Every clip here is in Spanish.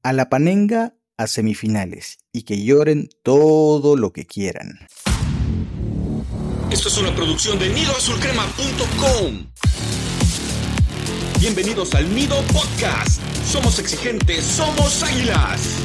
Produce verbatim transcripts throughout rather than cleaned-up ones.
a la panenga a semifinales y que lloren todo lo que quieran. Esto es una producción de nido azul crema punto com. Bienvenidos al Nido Podcast. Somos exigentes, somos águilas.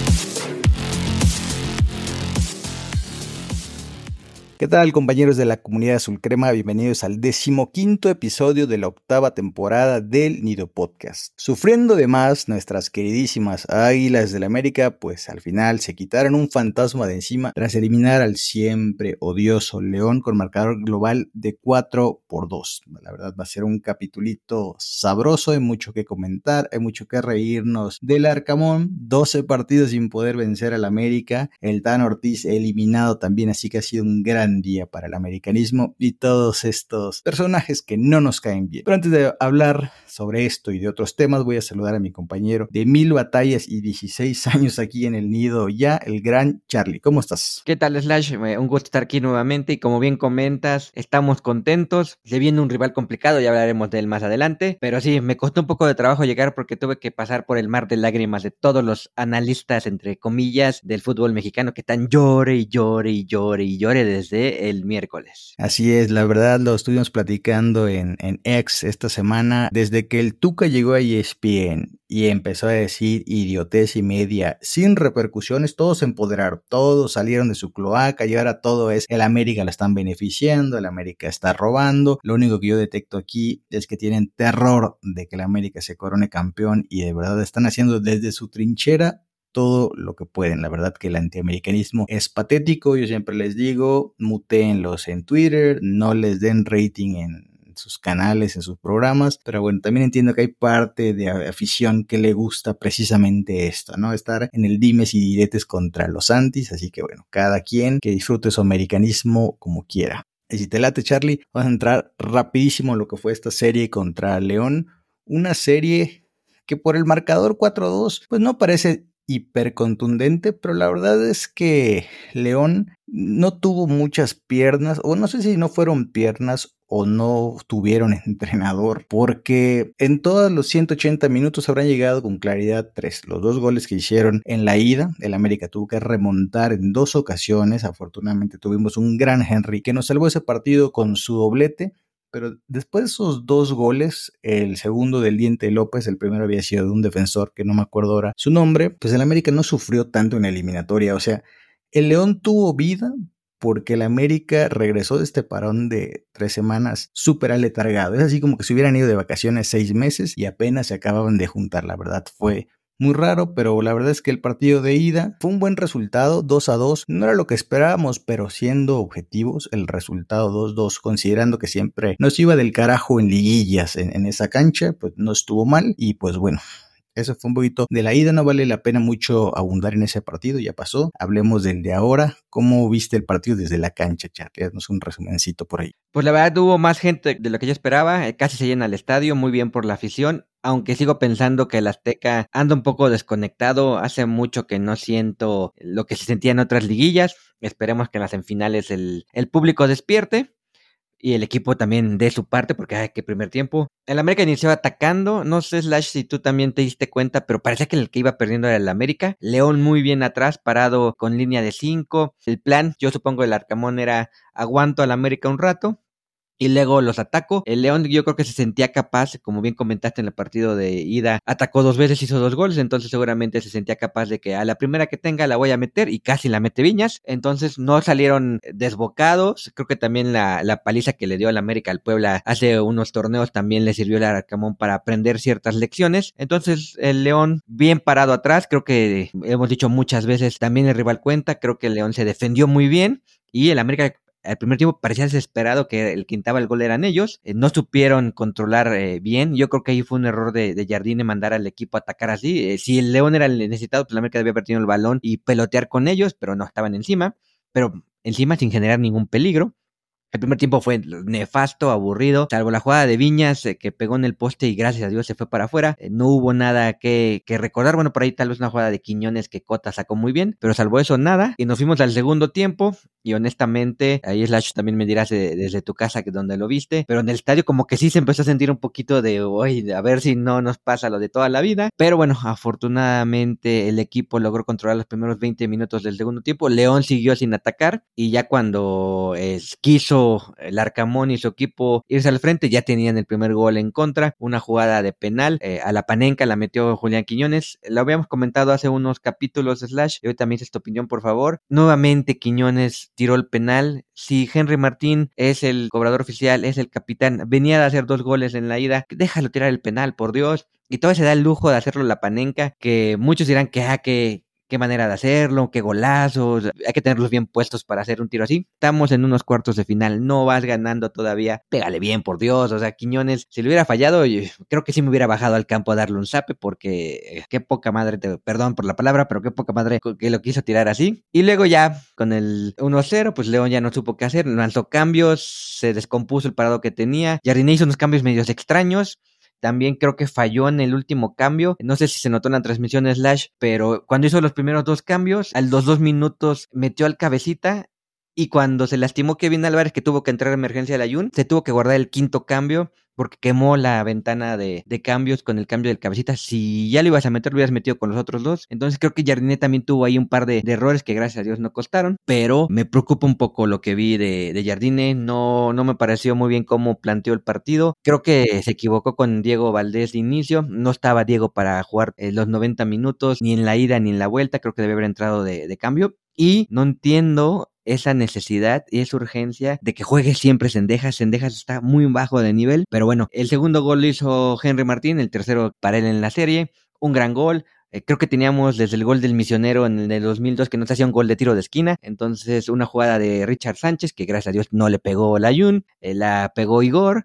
¿Qué tal, compañeros de la comunidad azul crema? Bienvenidos al decimoquinto episodio de la octava temporada del Nido Podcast. Sufriendo de más, nuestras queridísimas Águilas del América, pues al final se quitaron un fantasma de encima tras eliminar al siempre odioso León con marcador global de cuatro por dos. La verdad va a ser un capitulito sabroso, hay mucho que comentar, hay mucho que reírnos del Arcamón, doce partidos sin poder vencer al América, el Tan Ortiz eliminado también, así que ha sido un gran día para el americanismo y todos estos personajes que no nos caen bien. Pero antes de hablar sobre esto y de otros temas, voy a saludar a mi compañero de mil batallas y dieciséis años aquí en el nido ya, el gran Charlie. ¿Cómo estás? ¿Qué tal, Slash? Un gusto estar aquí nuevamente y como bien comentas, estamos contentos. Se viene un rival complicado, ya hablaremos de él más adelante, pero sí, me costó un poco de trabajo llegar porque tuve que pasar por el mar de lágrimas de todos los analistas, entre comillas, del fútbol mexicano que están llore y llore y llore y llore desde el miércoles. Así es, la verdad lo estuvimos platicando en, en X esta semana, desde que el Tuca llegó a E S P N y empezó a decir idiotez y media sin repercusiones, todos se empoderaron, todos salieron de su cloaca y ahora todo es el América la están beneficiando, el América está robando. Lo único que yo detecto aquí es que tienen terror de que el América se corone campeón y de verdad están haciendo desde su trinchera todo lo que pueden. La verdad que el antiamericanismo es patético. Yo siempre les digo, mutéenlos en Twitter, no les den rating en sus canales, en sus programas, pero bueno, también entiendo que hay parte de afición que le gusta precisamente esto, ¿no? Estar en el dimes y diretes contra los antis, así que bueno, cada quien que disfrute su americanismo como quiera. Y si te late, Charlie, vamos a entrar rapidísimo en lo que fue esta serie contra León, una serie que por el marcador cuatro a dos, pues no parece hipercontundente, pero la verdad es que León no tuvo muchas piernas, o no sé si no fueron piernas o no tuvieron entrenador, porque en todos los ciento ochenta minutos habrán llegado con claridad tres. Los dos goles que hicieron en la ida, el América tuvo que remontar en dos ocasiones. Afortunadamente tuvimos un gran Henry que nos salvó ese partido con su doblete. Pero después de esos dos goles, el segundo del Diente López, el primero había sido de un defensor que no me acuerdo ahora su nombre, pues el América no sufrió tanto en la eliminatoria. O sea, el León tuvo vida porque el América regresó de este parón de tres semanas súper aletargado. Es así como que se hubieran ido de vacaciones seis meses y apenas se acababan de juntar. La verdad fue muy raro, pero la verdad es que el partido de ida fue un buen resultado, dos a dos. No era lo que esperábamos, pero siendo objetivos, el resultado dos dos, considerando que siempre nos iba del carajo en liguillas en, en esa cancha, pues no estuvo mal. Y pues bueno, eso fue un poquito de la ida, no vale la pena mucho abundar en ese partido, ya pasó. Hablemos del de ahora. ¿Cómo viste el partido desde la cancha, Charlie? Haznos un resumencito por ahí. Pues la verdad hubo más gente de lo que yo esperaba, eh, casi se llena el estadio, muy bien por la afición, aunque sigo pensando que el Azteca anda un poco desconectado, hace mucho que no siento lo que se sentía en otras liguillas, esperemos que en las semifinales el, el público despierte. Y el equipo también de su parte, porque ay, qué primer tiempo. El América inició atacando, no sé, Slash, si tú también te diste cuenta, pero parecía que el que iba perdiendo era el América. León muy bien atrás, parado con línea de cinco. El plan, yo supongo el Arcamón era aguanto al América un rato y luego los ataco. El León yo creo que se sentía capaz, como bien comentaste en el partido de ida, atacó dos veces, hizo dos goles, entonces seguramente se sentía capaz de que a la primera que tenga la voy a meter, y casi la mete Viñas. Entonces no salieron desbocados. Creo que también la, la paliza que le dio al América al Puebla hace unos torneos también le sirvió al Arcamón para aprender ciertas lecciones. Entonces el León bien parado atrás, creo que hemos dicho muchas veces, también el rival cuenta, creo que el León se defendió muy bien y el América al primer tiempo parecía desesperado que el que quintaba el gol eran ellos, eh, no supieron controlar eh, bien. Yo creo que ahí fue un error de, de Jardine mandar al equipo a atacar así. Eh, si el León era el necesitado, pues la América debía haber tenido el balón y pelotear con ellos, pero no, estaban encima, pero encima sin generar ningún peligro. El primer tiempo fue nefasto, aburrido, salvo la jugada de Viñas eh, que pegó en el poste y gracias a Dios se fue para afuera. Eh, no hubo nada que, que recordar. Bueno, por ahí tal vez una jugada de Quiñones que Cota sacó muy bien, pero salvo eso, nada. Y nos fuimos al segundo tiempo y honestamente, ahí Slash también me dirás de, desde tu casa que donde lo viste, pero en el estadio como que sí se empezó a sentir un poquito de, uy, a ver si no nos pasa lo de toda la vida. Pero bueno, afortunadamente el equipo logró controlar los primeros veinte minutos del segundo tiempo. León siguió sin atacar y ya cuando eh, quiso el Arcamón y su equipo irse al frente, ya tenían el primer gol en contra, una jugada de penal, eh, a la panenca la metió Julián Quiñones, lo habíamos comentado hace unos capítulos, Slash, y hoy también es tu opinión, por favor. Nuevamente Quiñones tiró el penal. Si Henry Martín es el cobrador oficial, es el capitán, venía de hacer dos goles en la ida, déjalo tirar el penal, por Dios, y todavía se da el lujo de hacerlo la panenca, que muchos dirán que, ah, que qué manera de hacerlo, qué golazos, hay que tenerlos bien puestos para hacer un tiro así. Estamos en unos cuartos de final, no vas ganando todavía, pégale bien, por Dios, o sea, Quiñones, si lo hubiera fallado, yo creo que sí me hubiera bajado al campo a darle un zape, porque qué poca madre, te, perdón por la palabra, pero qué poca madre que lo quiso tirar así. Y luego ya, con el uno cero, pues León ya no supo qué hacer, lanzó cambios, se descompuso el parado que tenía, Jardiné hizo unos cambios medios extraños. También creo que falló en el último cambio. No sé si se notó en la transmisión Slash, pero cuando hizo los primeros dos cambios, a los dos minutos metió al cabecita. Y cuando se lastimó Kevin Álvarez, que tuvo que entrar a emergencia al Ayun, se tuvo que guardar el quinto cambio porque quemó la ventana de, de cambios con el cambio del cabecita. Si ya lo ibas a meter, lo hubieras metido con los otros dos. Entonces creo que Jardiné también tuvo ahí un par de, de errores que gracias a Dios no costaron. Pero me preocupa un poco lo que vi de, de Jardiné. No, no me pareció muy bien cómo planteó el partido. Creo que se equivocó con Diego Valdés de inicio. No estaba Diego para jugar eh, los noventa minutos, ni en la ida ni en la vuelta. Creo que debe haber entrado de, de cambio. Y no entiendo esa necesidad y esa urgencia de que juegue siempre Cendejas. Cendejas está muy bajo de nivel, pero bueno, el segundo gol lo hizo Henry Martín, el tercero para él en la serie, un gran gol. Eh, creo que teníamos desde el gol del Misionero en el de dos mil dos que nos hacía un gol de tiro de esquina, entonces una jugada de Richard Sánchez que gracias a Dios no le pegó la Ayun, eh, la pegó Igor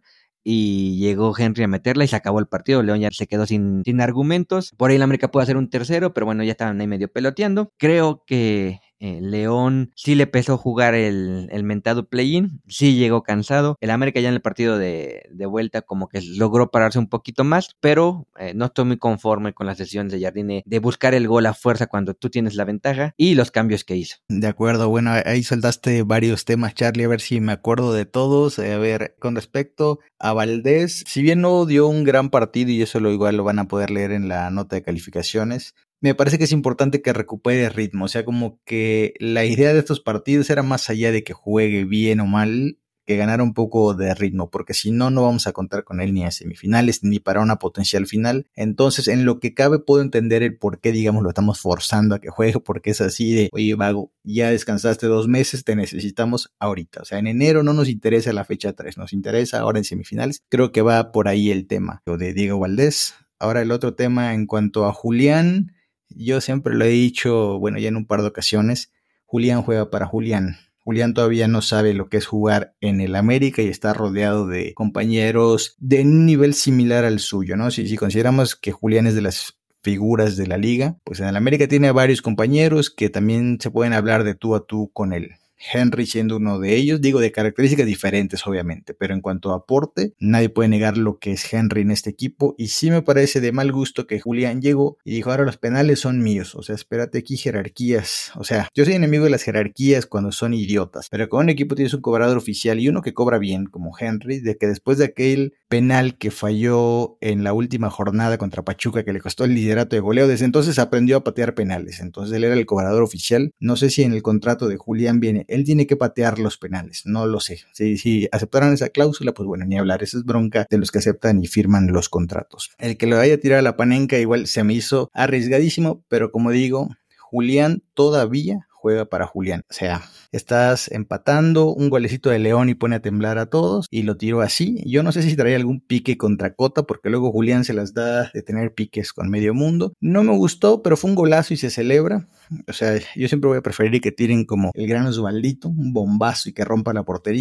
y llegó Henry a meterla y se acabó el partido. León ya se quedó sin, sin argumentos. Por ahí la América pudo hacer un tercero, pero bueno, ya estaban ahí medio peloteando. Creo que Eh, León sí le pesó jugar el, el mentado play-in, sí llegó cansado. El América ya en el partido de, de vuelta como que logró pararse un poquito más, pero eh, no estoy muy conforme con las decisiones de Jardiné de buscar el gol a fuerza cuando tú tienes la ventaja y los cambios que hizo. De acuerdo, bueno, ahí soltaste varios temas, Charlie, a ver si me acuerdo de todos. A ver, con respecto a Valdés, si bien no dio un gran partido y eso lo igual lo van a poder leer en la nota de calificaciones, me parece que es importante que recupere ritmo, o sea, como que la idea de estos partidos era más allá de que juegue bien o mal, que ganara un poco de ritmo, porque si no, no vamos a contar con él ni a semifinales, ni para una potencial final. Entonces, en lo que cabe puedo entender el por qué, digamos, lo estamos forzando a que juegue, porque es así de, oye, vago, ya descansaste dos meses, te necesitamos ahorita. O sea, en enero no nos interesa la fecha tres, nos interesa ahora en semifinales. Creo que va por ahí el tema de Diego Valdés. Ahora el otro tema en cuanto a Julián. Yo siempre lo he dicho, bueno, ya en un par de ocasiones, Julián juega para Julián. Julián todavía no sabe lo que es jugar en el América y está rodeado de compañeros de un nivel similar al suyo, ¿no? Si, si consideramos que Julián es de las figuras de la liga, pues en el América tiene varios compañeros que también se pueden hablar de tú a tú con él. Henry siendo uno de ellos, digo de características diferentes obviamente, pero en cuanto a aporte, nadie puede negar lo que es Henry en este equipo y sí me parece de mal gusto que Julián llegó y dijo ahora los penales son míos, o sea, espérate aquí jerarquías, o sea, yo soy enemigo de las jerarquías cuando son idiotas, pero con un equipo tienes un cobrador oficial y uno que cobra bien como Henry, de que después de aquel penal que falló en la última jornada contra Pachuca que le costó el liderato de goleo, desde entonces aprendió a patear penales, entonces él era el cobrador oficial, no sé si en el contrato de Julián viene él tiene que patear los penales, no lo sé. Si, si aceptaran esa cláusula, pues bueno, ni hablar. Esa es bronca de los que aceptan y firman los contratos. El que lo vaya a tirar a la panenca igual se me hizo arriesgadísimo, pero como digo, Julián todavía juega para Julián. O sea, estás empatando un golecito de León y pone a temblar a todos y lo tiró así. Yo no sé si traía algún pique contra Cota porque luego Julián se las da de tener piques con medio mundo. No me gustó, pero fue un golazo y se celebra. O sea, yo siempre voy a preferir que tiren como el gran Osvaldito, un bombazo y que rompa la portería.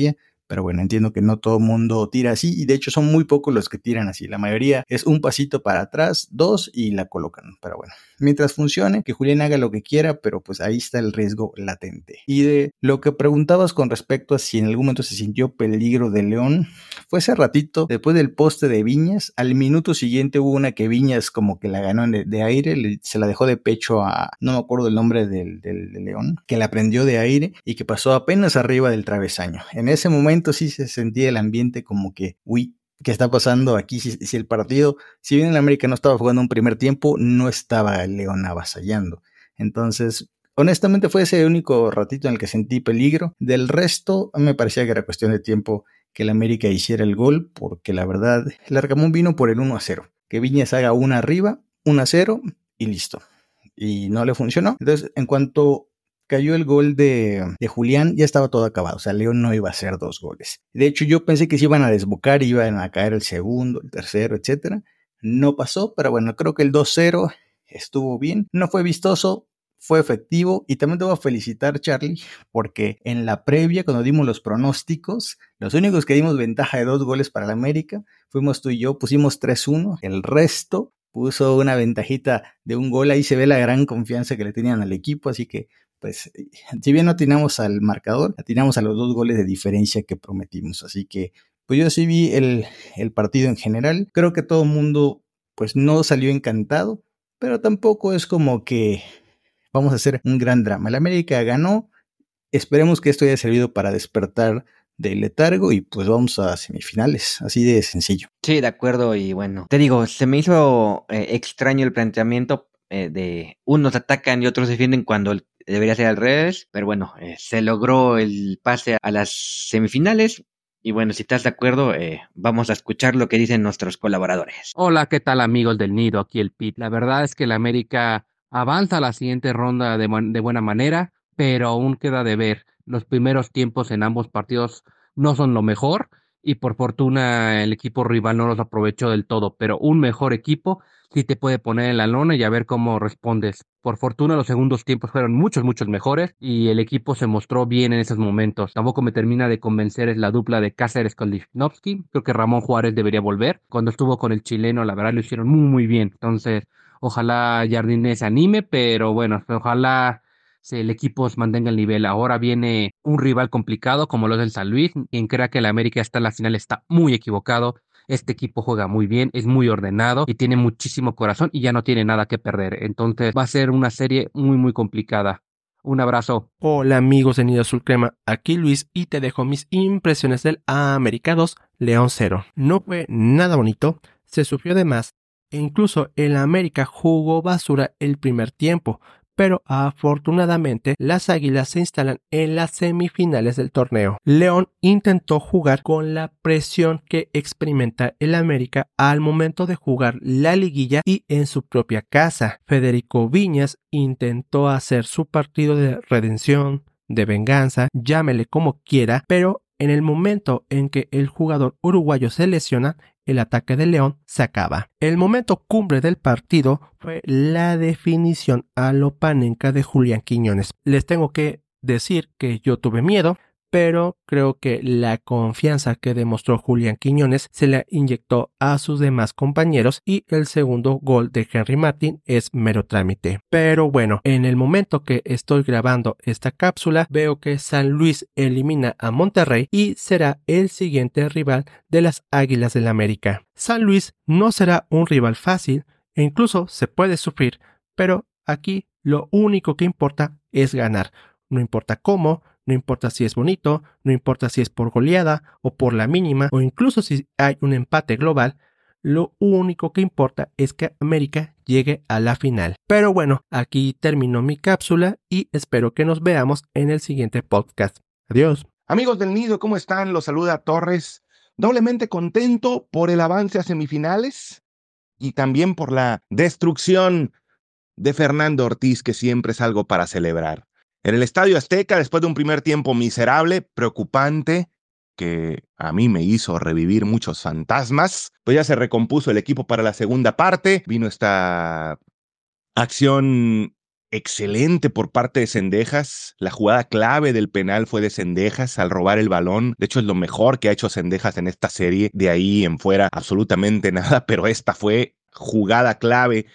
Pero bueno, entiendo que no todo el mundo tira así y de hecho son muy pocos los que tiran así. La mayoría es un pasito para atrás, dos y la colocan. Pero bueno, mientras funcione, que Julián haga lo que quiera, pero pues ahí está el riesgo latente. Y de lo que preguntabas con respecto a si en algún momento se sintió peligro de León, fue hace ratito, después del poste de Viñas, al minuto siguiente hubo una que Viñas como que la ganó de, de aire, le, se la dejó de pecho a, no me acuerdo el nombre del, del de León, que la prendió de aire y que pasó apenas arriba del travesaño. En ese momento sí se sentía el ambiente como que, uy, ¿qué está pasando aquí? Si, si el partido, si bien el América no estaba jugando un primer tiempo, no estaba el León avasallando. Entonces, honestamente fue ese único ratito en el que sentí peligro. Del resto, me parecía que era cuestión de tiempo que el América hiciera el gol, porque la verdad, el Arcamón vino por el uno a cero. Que Viñas haga una arriba, uno a cero y listo. Y no le funcionó. Entonces, en cuanto cayó el gol de, de Julián, ya estaba todo acabado. O sea, León no iba a hacer dos goles. De hecho, yo pensé que se iban a desbocar, iban a caer el segundo, el tercero, etcétera. No pasó, pero bueno, creo que el dos cero estuvo bien. No fue vistoso, fue efectivo. Y también te voy a felicitar, Charlie, porque en la previa, cuando dimos los pronósticos, los únicos que dimos ventaja de dos goles para el América fuimos tú y yo, pusimos tres uno. El resto puso una ventajita de un gol. Ahí se ve la gran confianza que le tenían al equipo, así que pues si bien no atinamos al marcador, atinamos a los dos goles de diferencia que prometimos. Así que pues yo sí vi el, el partido en general. Creo que todo el mundo pues no salió encantado, pero tampoco es como que vamos a hacer un gran drama. El América ganó. Esperemos que esto haya servido para despertar del letargo y pues vamos a semifinales, así de sencillo. Sí, de acuerdo, y bueno, te digo, se me hizo eh, extraño el planteamiento eh, de unos atacan y otros defienden cuando el, debería ser al revés, pero bueno, eh, se logró el pase a las semifinales. Y bueno, si estás de acuerdo, eh, vamos a escuchar lo que dicen nuestros colaboradores. Hola, ¿qué tal amigos del Nido? Aquí el Pit. La verdad es que el América avanza a la siguiente ronda de, de buena manera, pero aún queda de ver. Los primeros tiempos en ambos partidos no son lo mejor y por fortuna el equipo rival no los aprovechó del todo, pero un mejor equipo sí te puede poner en la lona y a ver cómo respondes. Por fortuna los segundos tiempos fueron muchos, muchos mejores y el equipo se mostró bien en esos momentos. Tampoco me termina de convencer es la dupla de Cáceres con Lichnowsky. Creo que Ramón Juárez debería volver. Cuando estuvo con el chileno, la verdad lo hicieron muy, muy bien. Entonces, ojalá Jardine se anime, pero bueno, ojalá si el equipo se mantenga el nivel. Ahora viene un rival complicado como lo es el San Luis. Quien crea que el América está en la final está muy equivocado. Este equipo juega muy bien, es muy ordenado y tiene muchísimo corazón y ya no tiene nada que perder. Entonces va a ser una serie muy muy complicada. Un abrazo. Hola amigos de Nido Azul Crema, aquí Luis y te dejo mis impresiones del América dos, León cero. No fue nada bonito, se sufrió de más e incluso el América jugó basura el primer tiempo. Pero afortunadamente las Águilas se instalan en las semifinales del torneo. León intentó jugar con la presión que experimenta el América al momento de jugar la liguilla y en su propia casa. Federico Viñas intentó hacer su partido de redención, de venganza, llámele como quiera, pero en el momento en que el jugador uruguayo se lesiona, el ataque de León se acaba. El momento cumbre del partido fue la definición a lo Panenka de Julián Quiñones. Les tengo que decir que yo tuve miedo, pero creo que la confianza que demostró Julián Quiñones se la inyectó a sus demás compañeros y el segundo gol de Henry Martin es mero trámite. Pero bueno, en el momento que estoy grabando esta cápsula, veo que San Luis elimina a Monterrey y será el siguiente rival de las Águilas del América. San Luis no será un rival fácil e incluso se puede sufrir, pero aquí lo único que importa es ganar. No importa cómo, no importa si es bonito, no importa si es por goleada o por la mínima o incluso si hay un empate global, lo único que importa es que América llegue a la final. Pero bueno, aquí termino mi cápsula y espero que nos veamos en el siguiente podcast. Adiós. Amigos del Nido, ¿cómo están? Los saluda Torres. Doblemente contento por el avance a semifinales y también por la destrucción de Fernando Ortiz, que siempre es algo para celebrar. En el Estadio Azteca, después de un primer tiempo miserable, preocupante, que a mí me hizo revivir muchos fantasmas, pues ya se recompuso el equipo para la segunda parte. Vino esta acción excelente por parte de Cendejas. La jugada clave del penal fue de Cendejas al robar el balón. De hecho, es lo mejor que ha hecho Cendejas en esta serie. De ahí en fuera, absolutamente nada, pero esta fue jugada clave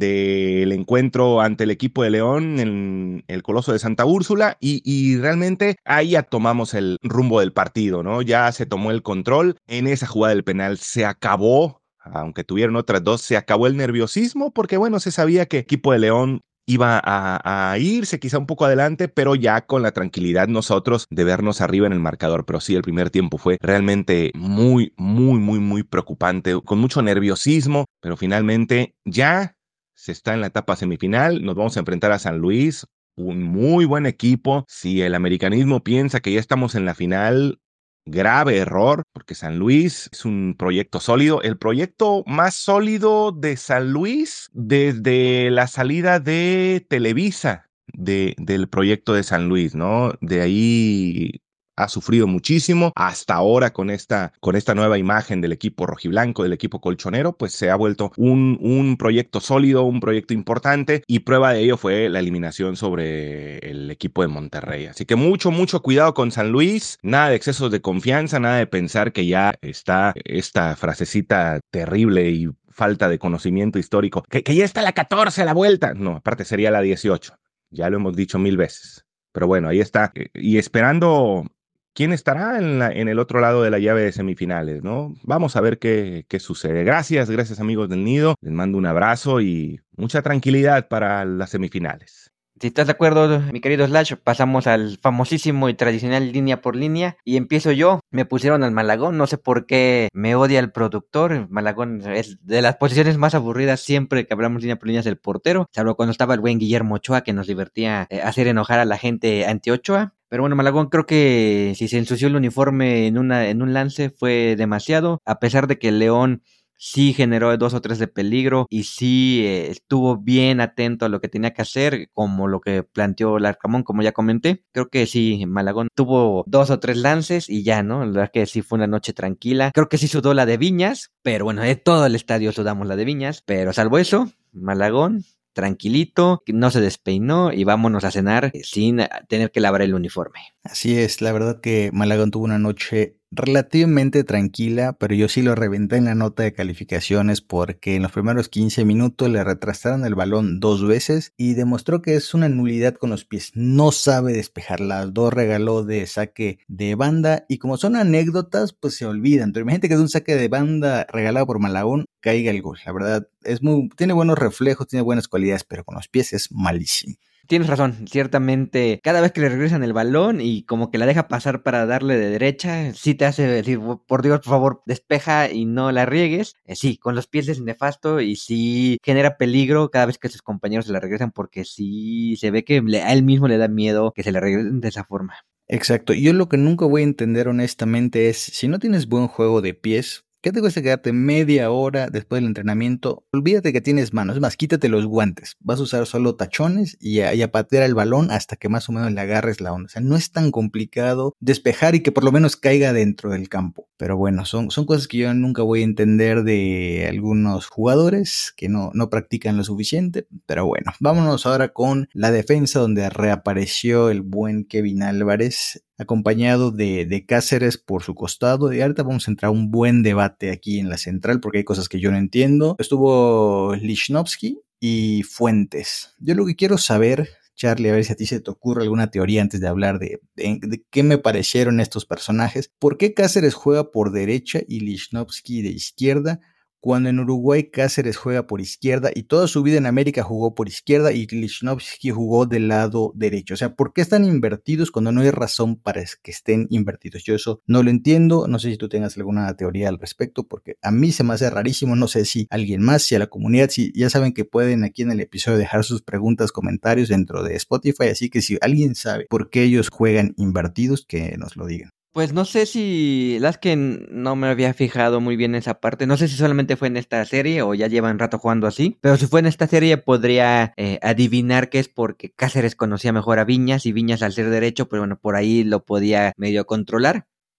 del encuentro ante el equipo de León en el Coloso de Santa Úrsula y, y realmente ahí ya tomamos el rumbo del partido, ¿no? Ya se tomó el control. En esa jugada del penal se acabó, aunque tuvieron otras dos, se acabó el nerviosismo porque, bueno, se sabía que el equipo de León iba a, a irse quizá un poco adelante, pero ya con la tranquilidad nosotros de vernos arriba en el marcador. Pero sí, el primer tiempo fue realmente muy, muy, muy, muy preocupante, con mucho nerviosismo, pero finalmente ya se está en la etapa semifinal, nos vamos a enfrentar a San Luis, un muy buen equipo. Si el americanismo piensa que ya estamos en la final, grave error, porque San Luis es un proyecto sólido, el proyecto más sólido de San Luis desde la salida de Televisa de, del proyecto de San Luis, ¿no? De ahí ha sufrido muchísimo. Hasta ahora con esta, con esta nueva imagen del equipo rojiblanco, del equipo colchonero, pues se ha vuelto un, un proyecto sólido, un proyecto importante, y prueba de ello fue la eliminación sobre el equipo de Monterrey. Así que mucho, mucho cuidado con San Luis, nada de excesos de confianza, nada de pensar que ya está esta frasecita terrible y falta de conocimiento histórico, que, que ya está la catorce a la vuelta. No, aparte sería la dieciocho. Ya lo hemos dicho mil veces. Pero bueno, ahí está. Y esperando quién estará en, la, en el otro lado de la llave de semifinales, ¿no? Vamos a ver qué, qué sucede. Gracias, gracias amigos del Nido. Les mando un abrazo y mucha tranquilidad para las semifinales. Si estás de acuerdo, mi querido Slash, pasamos al famosísimo y tradicional línea por línea. Y empiezo yo. Me pusieron al Malagón. No sé por qué me odia el productor. Malagón es de las posiciones más aburridas siempre que hablamos línea por línea, es el portero. Salvo cuando estaba el buen Guillermo Ochoa, que nos divertía eh, hacer enojar a la gente anti-Ochoa. Pero bueno, Malagón creo que si se ensució el uniforme en, una, en un lance fue demasiado. A pesar de que el León sí generó dos o tres de peligro y sí eh, estuvo bien atento a lo que tenía que hacer, como lo que planteó Larcamón, como ya comenté. Creo que sí, Malagón tuvo dos o tres lances y ya, ¿no? La verdad que sí fue una noche tranquila. Creo que sí sudó la de Viñas, pero bueno, de todo el estadio sudamos la de Viñas. Pero salvo eso, Malagón tranquilito, no se despeinó y vámonos a cenar sin tener que lavar el uniforme. Así es, la verdad que Malagón tuvo una noche relativamente tranquila, pero yo sí lo reventé en la nota de calificaciones porque en los primeros quince minutos le retrasaron el balón dos veces y demostró que es una nulidad con los pies, no sabe despejar. Las dos regaló de saque de banda y como son anécdotas pues se olvidan, pero imagínate que de un saque de banda regalado por Malagón caiga el gol. La verdad es muy, tiene buenos reflejos, tiene buenas cualidades, pero con los pies es malísimo. Tienes razón, ciertamente cada vez que le regresan el balón y como que la deja pasar para darle de derecha, sí te hace decir, por Dios, por favor, despeja y no la riegues. Eh, sí, con los pies es nefasto y sí genera peligro cada vez que sus compañeros se la regresan porque sí se ve que le, a él mismo le da miedo que se le regresen de esa forma. Exacto, y yo lo que nunca voy a entender honestamente es, si no tienes buen juego de pies, ¿qué te cuesta quedarte media hora después del entrenamiento? Olvídate que tienes manos, es más, quítate los guantes, vas a usar solo tachones y a, y a patear el balón hasta que más o menos le agarres la onda. O sea, no es tan complicado despejar y que por lo menos caiga dentro del campo. Pero bueno, son, son cosas que yo nunca voy a entender de algunos jugadores que no, no practican lo suficiente. Pero bueno, vámonos ahora con la defensa donde reapareció el buen Kevin Álvarez, acompañado de, de Cáceres por su costado. Y ahorita vamos a entrar a un buen debate aquí en la central porque hay cosas que yo no entiendo. Estuvo Lichnowsky y Fuentes. Yo lo que quiero saber, Charlie, a ver si a ti se te ocurre alguna teoría antes de hablar de, de, de qué me parecieron estos personajes. ¿Por qué Cáceres juega por derecha y Lichnowsky de izquierda? Cuando en Uruguay Cáceres juega por izquierda y toda su vida en América jugó por izquierda y Lichnowsky jugó del lado derecho. O sea, ¿por qué están invertidos cuando no hay razón para que estén invertidos? Yo eso no lo entiendo. No sé si tú tengas alguna teoría al respecto, porque a mí se me hace rarísimo. No sé si alguien más, si a la comunidad, si ya saben que pueden aquí en el episodio dejar sus preguntas, comentarios dentro de Spotify. Así que si alguien sabe por qué ellos juegan invertidos, que nos lo digan. Pues no sé si, las que no me había fijado muy bien esa parte, no sé si solamente fue en esta serie o ya llevan rato jugando así, pero si fue en esta serie podría eh, adivinar que es porque Cáceres conocía mejor a Viñas y Viñas al ser derecho, pues bueno, por ahí lo podía medio controlar.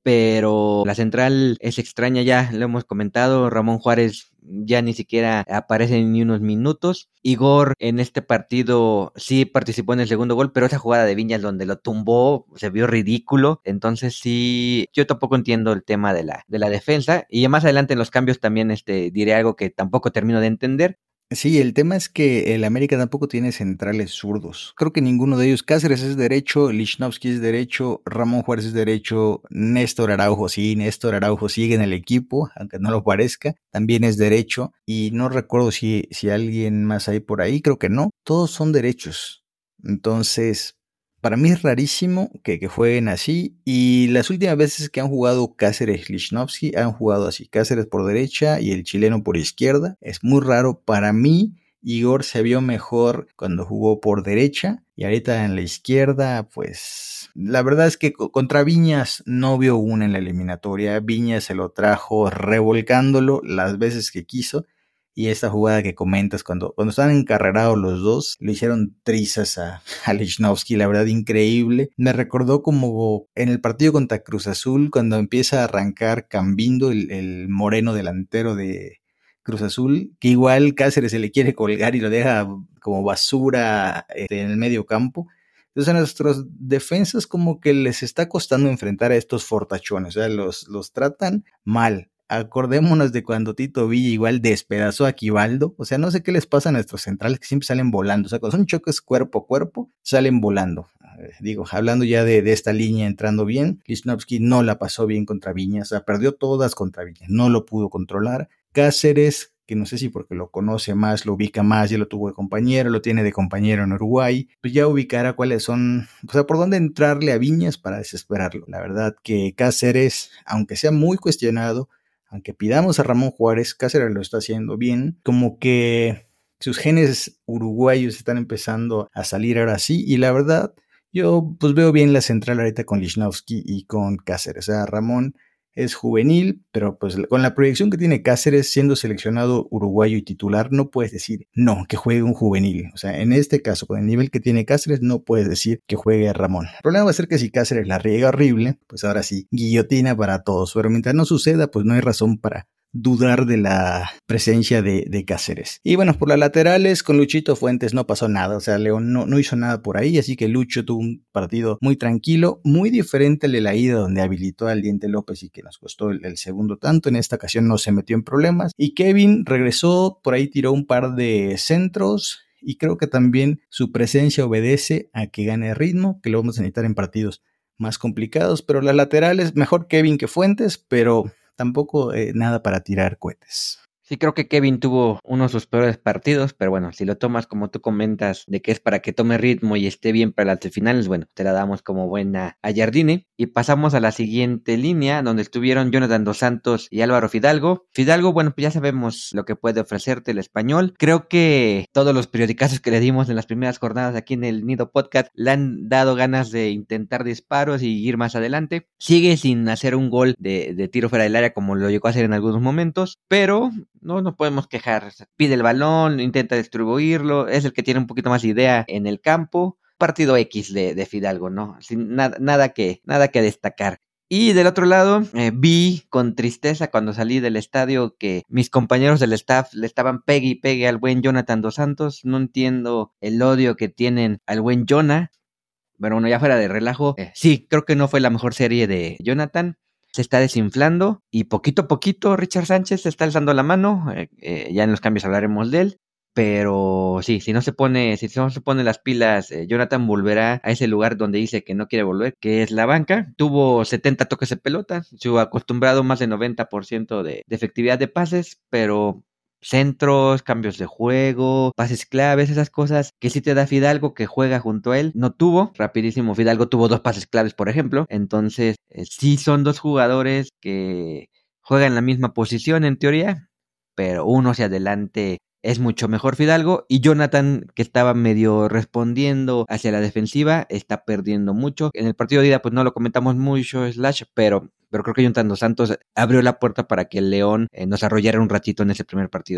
pero la central es extraña, ya lo hemos comentado. Ramón Juárez ya ni siquiera aparece ni unos minutos. Igor en este partido sí participó en el segundo gol, pero esa jugada de Viñas donde lo tumbó se vio ridículo. Entonces sí, yo tampoco entiendo el tema de la, de la defensa. Y más adelante en los cambios también este, diré algo que tampoco termino de entender. Sí, el tema es que el América tampoco tiene centrales zurdos. Creo que ninguno de ellos. Cáceres es derecho, Lichnowsky es derecho, Ramón Juárez es derecho, Néstor Araujo, sí, Néstor Araujo sigue en el equipo, aunque no lo parezca, también es derecho. Y no recuerdo si, si alguien más hay por ahí, creo que no. Todos son derechos. Entonces, para mí es rarísimo que, que jueguen así, y las últimas veces que han jugado Cáceres y Lichnowsky han jugado así, Cáceres por derecha y el chileno por izquierda. Es muy raro. Para mí, Igor se vio mejor cuando jugó por derecha, y ahorita en la izquierda, pues la verdad es que contra Viñas no vio una en la eliminatoria. Viñas se lo trajo revolcándolo las veces que quiso. Y esta jugada que comentas, cuando, cuando estaban encarrerados los dos, le hicieron trizas a, a Lichnowsky, la verdad increíble. Me recordó como en el partido contra Cruz Azul, cuando empieza a arrancar Cambindo, el, el moreno delantero de Cruz Azul, que igual Cáceres se le quiere colgar y lo deja como basura este, en el medio campo. Entonces a nuestros defensas como que les está costando enfrentar a estos fortachones, o sea, los, los tratan mal. Acordémonos de cuando Tito Villa igual despedazó a Quivaldo. O sea, no sé qué les pasa a nuestros centrales que siempre salen volando. O sea, cuando son choques cuerpo a cuerpo, salen volando. Eh, digo, hablando ya de, de esta línea entrando bien, Lichnowsky no la pasó bien contra Viñas. O sea, perdió todas contra Viñas. No lo pudo controlar. Cáceres, que no sé si porque lo conoce más, lo ubica más, ya lo tuvo de compañero, lo tiene de compañero en Uruguay, pues ya ubicará cuáles son, o sea, por dónde entrarle a Viñas para desesperarlo. La verdad que Cáceres, aunque sea muy cuestionado, aunque pidamos a Ramón Juárez, Cáceres lo está haciendo bien, como que sus genes uruguayos están empezando a salir ahora sí, y la verdad, yo pues veo bien la central ahorita con Lichnowsky y con Cáceres. O sea, Ramón es juvenil, pero pues con la proyección que tiene Cáceres siendo seleccionado uruguayo y titular, no puedes decir no, que juegue un juvenil. O sea, en este caso, con el nivel que tiene Cáceres, no puedes decir que juegue a Ramón. El problema va a ser que si Cáceres la riega horrible, pues ahora sí, guillotina para todos. Pero mientras no suceda, pues no hay razón para dudar de la presencia de, de Cáceres. Y bueno, por las laterales con Luchito Fuentes no pasó nada, o sea, León no, no hizo nada por ahí, así que Lucho tuvo un partido muy tranquilo, muy diferente al de la ida donde habilitó al Diente López y que nos costó el, el segundo tanto. En esta ocasión no se metió en problemas, y Kevin regresó, por ahí tiró un par de centros, y creo que también su presencia obedece a que gane ritmo, que lo vamos a necesitar en partidos más complicados. Pero las laterales, mejor Kevin que Fuentes, pero tampoco eh, nada para tirar cohetes. Sí, creo que Kevin tuvo uno de sus peores partidos, pero bueno, si lo tomas como tú comentas, de que es para que tome ritmo y esté bien para las finales, bueno, te la damos como buena a Jardine. Y pasamos a la siguiente línea, donde estuvieron Jonathan Dos Santos y Álvaro Fidalgo. Fidalgo, bueno, pues ya sabemos lo que puede ofrecerte el español. Creo que todos los periodicazos que le dimos en las primeras jornadas aquí en el Nido Podcast le han dado ganas de intentar disparos y ir más adelante. Sigue sin hacer un gol de, de tiro fuera del área como lo llegó a hacer en algunos momentos, pero no nos podemos quejar. Pide el balón, intenta distribuirlo, es el que tiene un poquito más idea en el campo. Partido X de, de Fidalgo, ¿no? Sin nada, nada que, nada que destacar. Y del otro lado, eh, vi con tristeza cuando salí del estadio que mis compañeros del staff le estaban pegue y pegue al buen Jonathan Dos Santos. No entiendo el odio que tienen al buen Jonah. Pero bueno, ya fuera de relajo, eh, sí, creo que no fue la mejor serie de Jonathan. Se está desinflando y poquito a poquito Richard Sánchez se está alzando la mano. Eh, eh, ya en los cambios hablaremos de él. Pero sí, si no se pone, si no se pone las pilas, eh, Jonathan volverá a ese lugar donde dice que no quiere volver, que es la banca. Tuvo setenta toques de pelota, su acostumbrado más de noventa por ciento de, de efectividad de pases, pero centros, cambios de juego, pases claves, esas cosas que sí te da Fidalgo, que juega junto a él, no tuvo. Rapidísimo, Fidalgo tuvo dos pases claves, por ejemplo. Entonces, eh, sí son dos jugadores que juegan en la misma posición en teoría, pero uno hacia adelante es mucho mejor Fidalgo, y Jonathan, que estaba medio respondiendo hacia la defensiva, está perdiendo mucho. En el partido de ida pues no lo comentamos mucho, Slash, pero, pero creo que Jonathan Dos Santos abrió la puerta para que el León eh, nos arrollara un ratito en ese primer partido.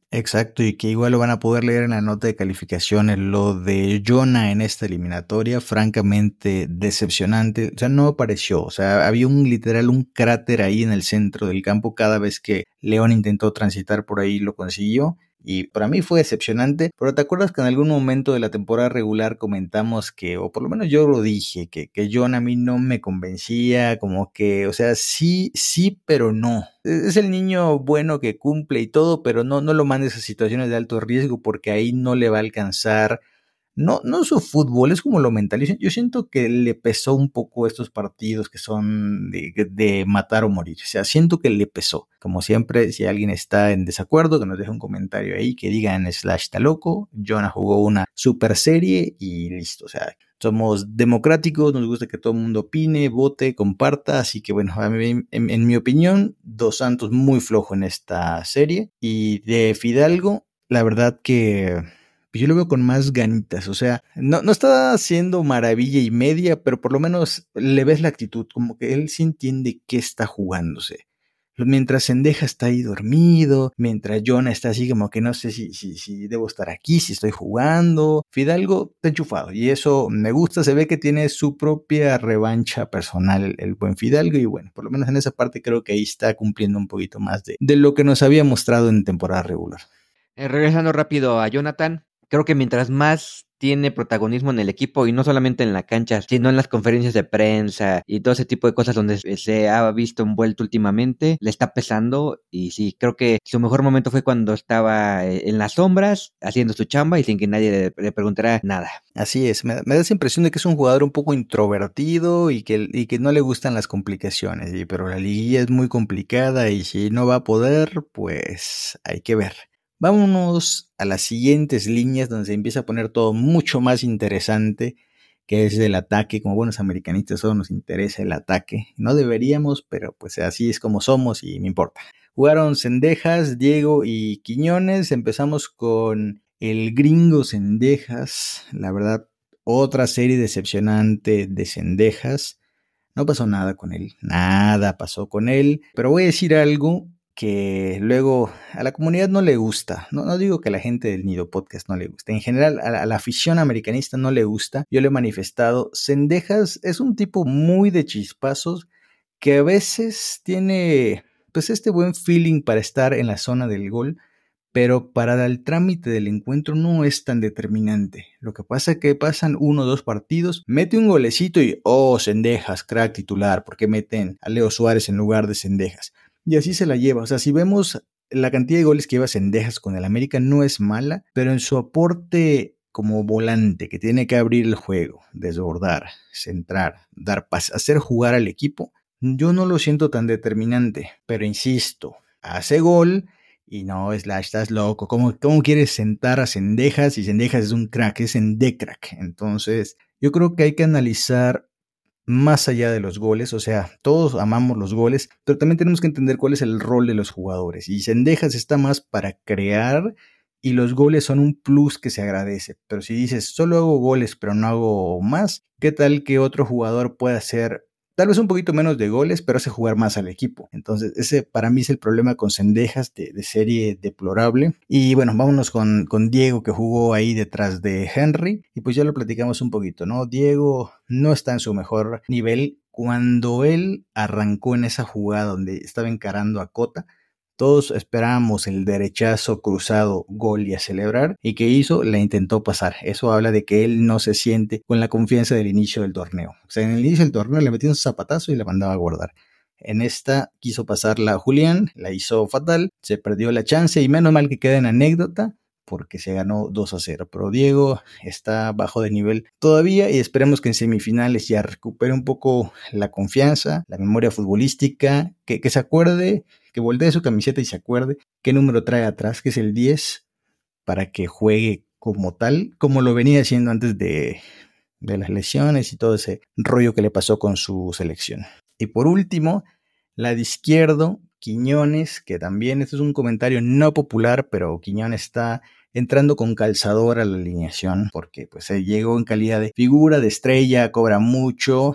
Exacto, y que igual lo van a poder leer en la nota de calificaciones. Lo de Jonah en esta eliminatoria, francamente decepcionante. O sea, no apareció. O sea, había un literal un cráter ahí en el centro del campo. Cada vez que León intentó transitar por ahí lo consiguió. Y para mí fue decepcionante, pero ¿te acuerdas que en algún momento de la temporada regular comentamos que, o por lo menos yo lo dije, que, que John a mí no me convencía, como que, o sea, sí, sí, pero no. Es el niño bueno que cumple y todo, pero no, no lo mandes a situaciones de alto riesgo porque ahí no le va a alcanzar. No, no su fútbol, es como lo mental. Yo, yo siento que le pesó un poco estos partidos que son de, de matar o morir. O sea, siento que le pesó. Como siempre, si alguien está en desacuerdo, que nos deje un comentario ahí, que diga en slash está loco. Jonah jugó una super serie y listo. O sea, somos democráticos, nos gusta que todo el mundo opine, vote, comparta. Así que bueno, a mí, en, en mi opinión, Dos Santos muy flojo en esta serie. Y de Fidalgo, la verdad que yo lo veo con más ganitas, o sea, no, no está haciendo maravilla y media, pero por lo menos le ves la actitud, como que él sí entiende qué está jugándose. Mientras Sendeja está ahí dormido, mientras Jonah está así como que no sé si, si, si debo estar aquí, si estoy jugando. Fidalgo está enchufado y eso me gusta, se ve que tiene su propia revancha personal el, el buen Fidalgo y bueno, por lo menos en esa parte creo que ahí está cumpliendo un poquito más de, de lo que nos había mostrado en temporada regular. Eh, regresando rápido a Jonathan, creo que mientras más tiene protagonismo en el equipo y no solamente en la cancha, sino en las conferencias de prensa y todo ese tipo de cosas donde se ha visto envuelto últimamente, le está pesando y sí, creo que su mejor momento fue cuando estaba en las sombras haciendo su chamba y sin que nadie le, le preguntara nada. Así es, me, me da esa impresión de que es un jugador un poco introvertido y que, y que no le gustan las complicaciones, y, pero la liguilla es muy complicada y si no va a poder, pues hay que ver. Vámonos a las siguientes líneas donde se empieza a poner todo mucho más interesante, que es el ataque. Como buenos americanistas solo nos interesa el ataque. No deberíamos, pero pues así es como somos y me importa. Jugaron Cendejas, Diego y Quiñones. Empezamos con el gringo Cendejas. La verdad, otra serie decepcionante de Cendejas. No pasó nada con él, nada pasó con él. Pero voy a decir algo que luego a la comunidad no le gusta. No, no digo que a la gente del Nido Podcast no le guste. En general, a la, a la afición americanista no le gusta. Yo le he manifestado. Cendejas es un tipo muy de chispazos que a veces tiene pues este buen feeling para estar en la zona del gol, pero para el trámite del encuentro no es tan determinante. Lo que pasa es que pasan uno o dos partidos, mete un golecito y oh, Cendejas, crack titular, ¿por qué meten a Leo Suárez en lugar de Cendejas? Y así se la lleva. O sea, si vemos la cantidad de goles que lleva Cendejas con el América no es mala, pero en su aporte como volante que tiene que abrir el juego, desbordar, centrar, dar paz, hacer jugar al equipo, yo no lo siento tan determinante. Pero insisto, hace gol y no, Slash, estás loco. ¿Cómo, cómo quieres sentar a Cendejas? Y Cendejas es un crack, es en de crack. Entonces, yo creo que hay que analizar más allá de los goles, o sea, todos amamos los goles, pero también tenemos que entender cuál es el rol de los jugadores. Y Cendejas está más para crear y los goles son un plus que se agradece. Pero si dices, solo hago goles pero no hago más, ¿qué tal que otro jugador pueda hacer tal vez un poquito menos de goles, pero hace jugar más al equipo? Entonces, ese para mí es el problema con Cendejas de, de serie deplorable. Y bueno, vámonos con, con Diego, que jugó ahí detrás de Henry. Y pues ya lo platicamos un poquito, ¿no? Diego no está en su mejor nivel. Cuando él arrancó en esa jugada donde estaba encarando a Cota, todos esperábamos el derechazo cruzado, gol y a celebrar. ¿Y qué hizo? La intentó pasar. Eso habla de que él no se siente con la confianza del inicio del torneo. O sea, en el inicio del torneo le metió un zapatazo y la mandaba a guardar. En esta quiso pasarla a Julián, la hizo fatal, se perdió la chance y menos mal que queda en anécdota porque se ganó dos a cero. Pero Diego está bajo de nivel todavía y esperemos que en semifinales ya recupere un poco la confianza, la memoria futbolística, que, que se acuerde, que voltee su camiseta y se acuerde qué número trae atrás, que es el diez, para que juegue como tal, como lo venía haciendo antes de, de las lesiones y todo ese rollo que le pasó con su selección. Y por último, la de izquierdo, Quiñones, que también este es un comentario no popular, pero Quiñones está entrando con calzador a la alineación porque pues llegó en calidad de figura, de estrella, cobra mucho,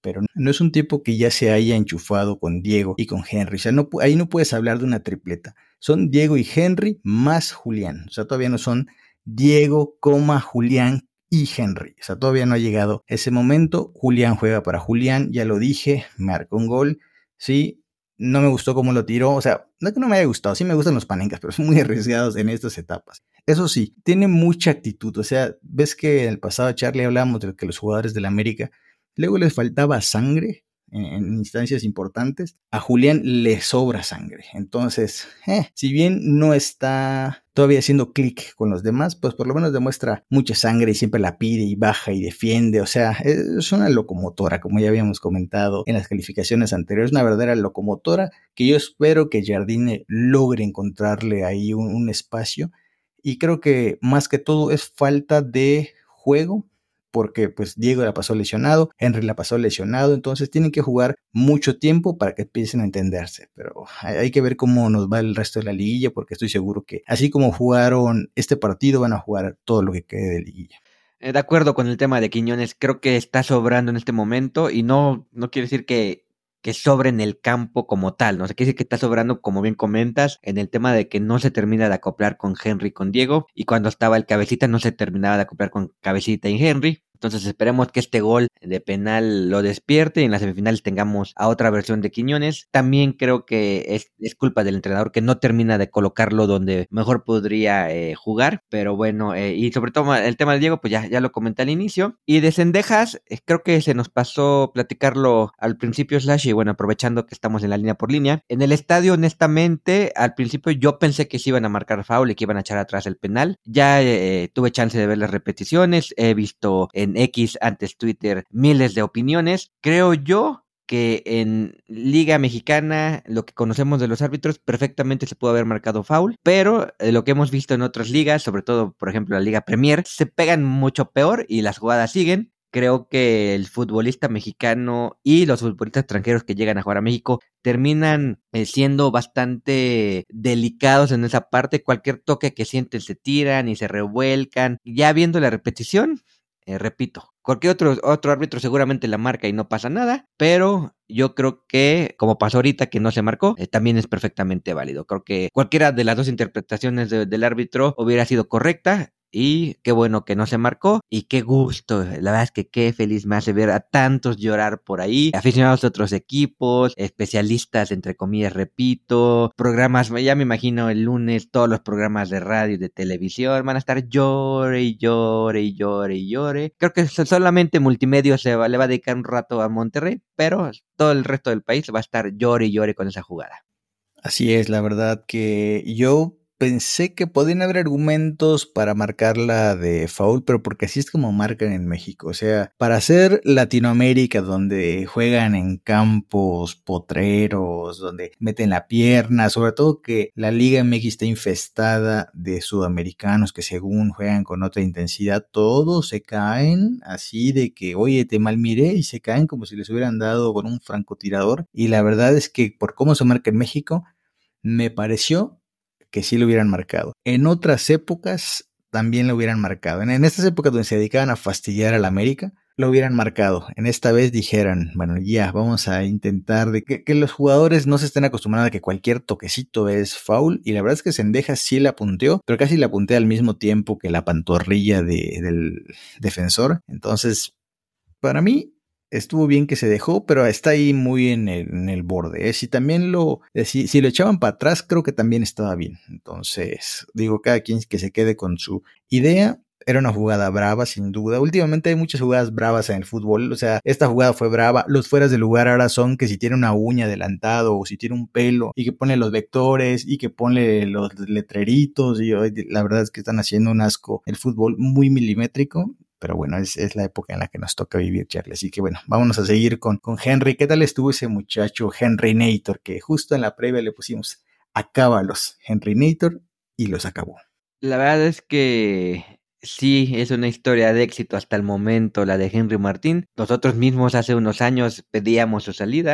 pero no es un tipo que ya se haya enchufado con Diego y con Henry. O sea, no, ahí no puedes hablar de una tripleta. Son Diego y Henry más Julián. O sea, todavía no son Diego, coma, Julián y Henry. O sea, todavía no ha llegado ese momento. Julián juega para Julián, ya lo dije, marcó un gol. Sí, no me gustó cómo lo tiró. O sea, no es que no me haya gustado, sí me gustan los Panenkas, pero son muy arriesgados en estas etapas. Eso sí, tiene mucha actitud. O sea, ves que en el pasado, Charlie, hablábamos de que los jugadores del América luego les faltaba sangre en, en instancias importantes. A Julián le sobra sangre. Entonces, eh, si bien no está todavía haciendo clic con los demás, pues por lo menos demuestra mucha sangre y siempre la pide y baja y defiende. O sea, es una locomotora, como ya habíamos comentado en las calificaciones anteriores, una verdadera locomotora que yo espero que Jardine logre encontrarle ahí un, un espacio. Y creo que más que todo es falta de juego, porque pues Diego la pasó lesionado, Henry la pasó lesionado, entonces tienen que jugar mucho tiempo para que empiecen a entenderse, pero hay, hay que ver cómo nos va el resto de la liguilla, porque estoy seguro que así como jugaron este partido, van a jugar todo lo que quede de liguilla. Eh, de acuerdo con el tema de Quiñones, creo que está sobrando en este momento y no, no quiere decir que que sobre en el campo como tal, ¿no? O sea, quiere decir que está sobrando, como bien comentas, en el tema de que no se termina de acoplar con Henry y con Diego, y cuando estaba el Cabecita no se terminaba de acoplar con Cabecita y Henry. Entonces esperemos que este gol de penal lo despierte y en las semifinales tengamos a otra versión de Quiñones. También creo que es, es culpa del entrenador que no termina de colocarlo donde mejor podría eh, jugar, pero bueno, eh, y sobre todo el tema de Diego, pues ya, ya lo comenté al inicio. Y de Cendejas, eh, creo que se nos pasó platicarlo al principio, Slash, y bueno, aprovechando que estamos en la línea por línea. En el estadio, honestamente, al principio yo pensé que se iban a marcar foul y que iban a echar atrás el penal. Ya eh, tuve chance de ver las repeticiones, he visto en X, antes Twitter, miles de opiniones. Creo yo que en Liga Mexicana, lo que conocemos de los árbitros, perfectamente se pudo haber marcado foul, pero eh, lo que hemos visto en otras ligas, sobre todo, por ejemplo, la Liga Premier, se pegan mucho peor y las jugadas siguen. Creo que el futbolista mexicano y los futbolistas extranjeros que llegan a jugar a México terminan eh, siendo bastante delicados en esa parte. Cualquier toque que sienten se tiran y se revuelcan. Ya viendo la repetición, eh, repito, cualquier otro, otro árbitro seguramente la marca y no pasa nada, pero yo creo que, como pasó ahorita que no se marcó, eh, también es perfectamente válido. Creo que cualquiera de las dos interpretaciones de, del árbitro hubiera sido correcta. Y qué bueno que no se marcó y qué gusto, la verdad es que qué feliz me hace ver a tantos llorar por ahí, aficionados de otros equipos, especialistas entre comillas, repito, programas, ya me imagino el lunes todos los programas de radio y de televisión van a estar llore y llore y llore y llore. Creo que solamente Multimedia se va, le va a dedicar un rato a Monterrey, pero todo el resto del país va a estar llore y llore con esa jugada. Así es, la verdad que yo pensé que podían haber argumentos para marcarla de foul, pero porque así es como marcan en México. O sea, para hacer Latinoamérica, donde juegan en campos potreros, donde meten la pierna, sobre todo que la Liga M X está infestada de sudamericanos que según juegan con otra intensidad, todos se caen así de que, oye, te mal miré, y se caen como si les hubieran dado con un francotirador. Y la verdad es que por cómo se marca en México, me pareció que sí lo hubieran marcado. En otras épocas también lo hubieran marcado. En, en estas épocas donde se dedicaban a fastidiar a la América, lo hubieran marcado. En esta vez dijeran, bueno, ya, vamos a intentar de que, que los jugadores no se estén acostumbrados a que cualquier toquecito es foul. Y la verdad es que Cendejas sí la punteó, pero casi la puntea al mismo tiempo que la pantorrilla de, del defensor. Entonces, para mí, estuvo bien que se dejó, pero está ahí muy en el, en el borde. ¿eh? Si también lo, eh, si, si lo echaban para atrás, creo que también estaba bien. Entonces, digo, cada quien que se quede con su idea. Era una jugada brava, sin duda. Últimamente hay muchas jugadas bravas en el fútbol. O sea, esta jugada fue brava. Los fueras de lugar ahora son que si tiene una uña adelantado o si tiene un pelo y que pone los vectores y que pone los letreritos. Y la verdad es que están haciendo un asco el fútbol muy milimétrico. Pero bueno, es, es la época en la que nos toca vivir, Charlie. Así que bueno, vámonos a seguir con, con Henry. ¿Qué tal estuvo ese muchacho Henry Nator? Que justo en la previa le pusimos acábalos, Henry Nator, y los acabó. La verdad es que sí, es una historia de éxito hasta el momento, la de Henry Martín. Nosotros mismos hace unos años pedíamos su salida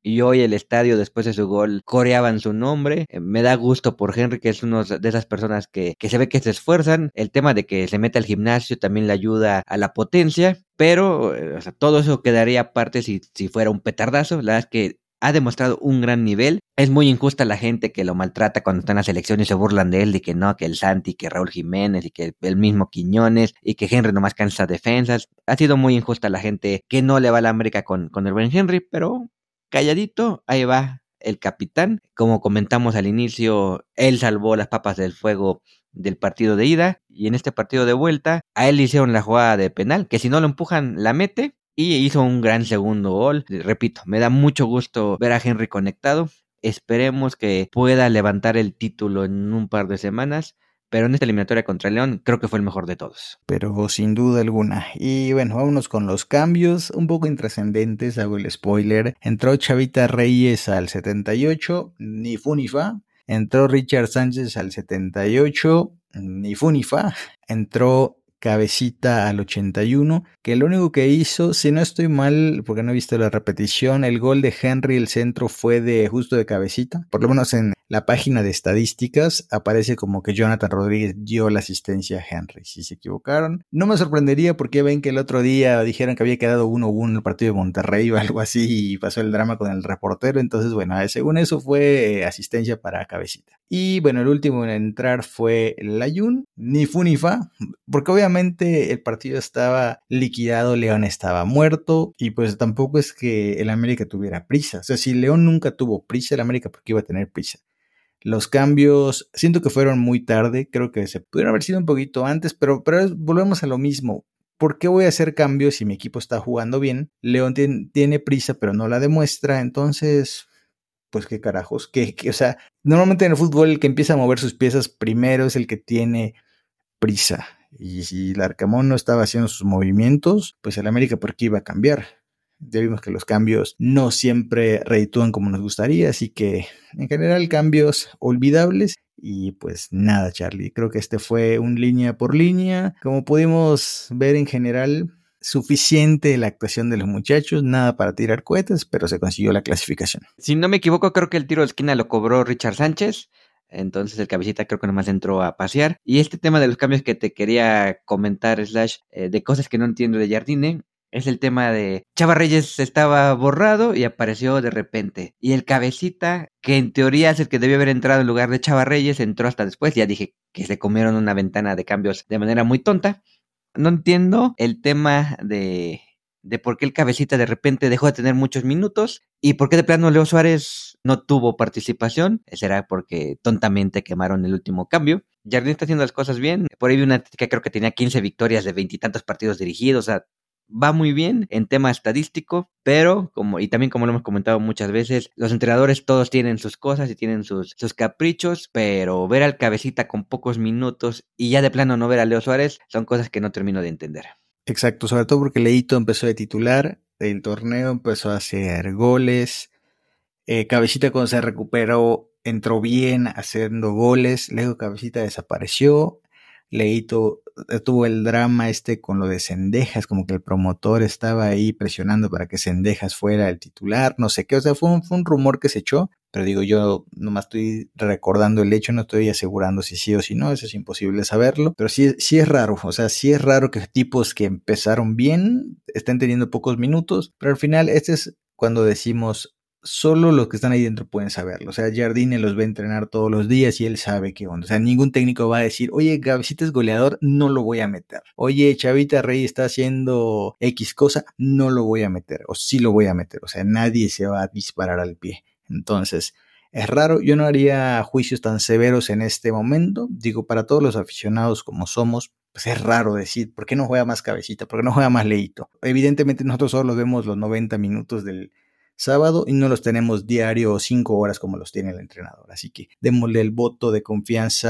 y hoy el estadio después de su gol coreaban su nombre. Eh, me da gusto por Henry, que es uno de esas personas que, que se ve que se esfuerzan. El tema de que se mete al gimnasio también le ayuda a la potencia, pero eh, o sea, todo eso quedaría aparte si, si fuera un petardazo. La verdad es que ha demostrado un gran nivel. Es muy injusta la gente que lo maltrata cuando está en la selección y se burlan de él, y que no, que el Santi, que Raúl Jiménez y que el mismo Quiñones y que Henry nomás cansa defensas. Ha sido muy injusta la gente que no le va a la América con, con el buen Henry, pero calladito, ahí va el capitán. Como comentamos al inicio, él salvó las papas del fuego del partido de ida, y en este partido de vuelta a él le hicieron la jugada de penal, que si no lo empujan la mete, y hizo un gran segundo gol. Repito, me da mucho gusto ver a Henry conectado. Esperemos que pueda levantar el título en un par de semanas, pero en esta eliminatoria contra el León creo que fue el mejor de todos. Pero sin duda alguna. Y bueno, vámonos con los cambios un poco intrascendentes, hago el spoiler. Entró Chavita Reyes al setenta y ocho, ni fu ni fa. Entró Richard Sánchez al setenta y ocho, ni fu ni fa. Entró Cabecita al ochenta y uno, que lo único que hizo, si no estoy mal, porque no he visto la repetición, el gol de Henry, el centro fue de justo de Cabecita. Por lo menos en la página de estadísticas aparece como que Jonathan Rodríguez dio la asistencia a Henry. Si se equivocaron, no me sorprendería, porque ven que el otro día dijeron que había quedado uno uno en el partido de Monterrey o algo así, y pasó el drama con el reportero. Entonces, bueno, según eso fue asistencia para Cabecita. Y bueno, el último en entrar fue el Layún, ni fu ni fa, porque obviamente el partido estaba liquidado, León estaba muerto, y pues tampoco es que el América tuviera prisa. O sea, si León nunca tuvo prisa, el América porque iba a tener prisa. Los cambios, siento que fueron muy tarde, creo que se pudieron haber sido un poquito antes, pero, pero volvemos a lo mismo. ¿Por qué voy a hacer cambios si mi equipo está jugando bien? León tiene, tiene prisa, pero no la demuestra, entonces, pues qué carajos. Que, que, o sea, normalmente en el fútbol el que empieza a mover sus piezas primero es el que tiene prisa. Y si el Arcamón no estaba haciendo sus movimientos, pues el América por qué iba a cambiar. Ya vimos que los cambios no siempre reditúan como nos gustaría, así que en general cambios olvidables. Y pues nada, Charlie, creo que este fue un línea por línea. Como pudimos ver en general, suficiente la actuación de los muchachos, nada para tirar cohetes, pero se consiguió la clasificación. Si no me equivoco, creo que el tiro de esquina lo cobró Richard Sánchez. Entonces el Cabecita creo que nomás entró a pasear. Y este tema de los cambios que te quería comentar, slash, eh, de cosas que no entiendo de Jardine, es el tema de Chava Reyes estaba borrado y apareció de repente. Y el Cabecita, que en teoría es el que debió haber entrado en lugar de Chava Reyes, entró hasta después. Ya dije que se comieron una ventana de cambios de manera muy tonta. No entiendo el tema de, de por qué el Cabecita de repente dejó de tener muchos minutos y por qué de plano Leo Suárez no tuvo participación. Será porque tontamente quemaron el último cambio. Jardine está haciendo las cosas bien. Por ahí vi una que creo que tenía quince victorias de veintitantos partidos dirigidos. O sea, va muy bien en tema estadístico, pero como y también como lo hemos comentado muchas veces, los entrenadores todos tienen sus cosas y tienen sus, sus caprichos, pero ver al Cabecita con pocos minutos y ya de plano no ver a Leo Suárez son cosas que no termino de entender. Exacto, sobre todo porque Leito empezó de titular, el torneo empezó a hacer goles, eh, Cabecita cuando se recuperó entró bien haciendo goles, luego Cabecita desapareció. Leito tuvo el drama este con lo de Cendejas, como que el promotor estaba ahí presionando para que Cendejas fuera el titular, no sé qué, o sea, fue un, fue un rumor que se echó, pero digo, yo nomás estoy recordando el hecho, no estoy asegurando si sí o si no, eso es imposible saberlo, pero sí, sí es raro, o sea, sí es raro que tipos que empezaron bien estén teniendo pocos minutos, pero al final este es cuando decimos, solo los que están ahí dentro pueden saberlo. O sea, Jardine los ve entrenar todos los días y él sabe qué onda. O sea, ningún técnico va a decir, oye, Cabecita es goleador, no lo voy a meter. Oye, Chavita Rey está haciendo X cosa, no lo voy a meter. O sí lo voy a meter. O sea, nadie se va a disparar al pie. Entonces, es raro. Yo no haría juicios tan severos en este momento. Digo, para todos los aficionados como somos, pues es raro decir, ¿por qué no juega más Cabecita? ¿Por qué no juega más Leito? Evidentemente nosotros solo vemos los noventa minutos del sábado y no los tenemos diario cinco horas como los tiene el entrenador, así que démosle el voto de confianza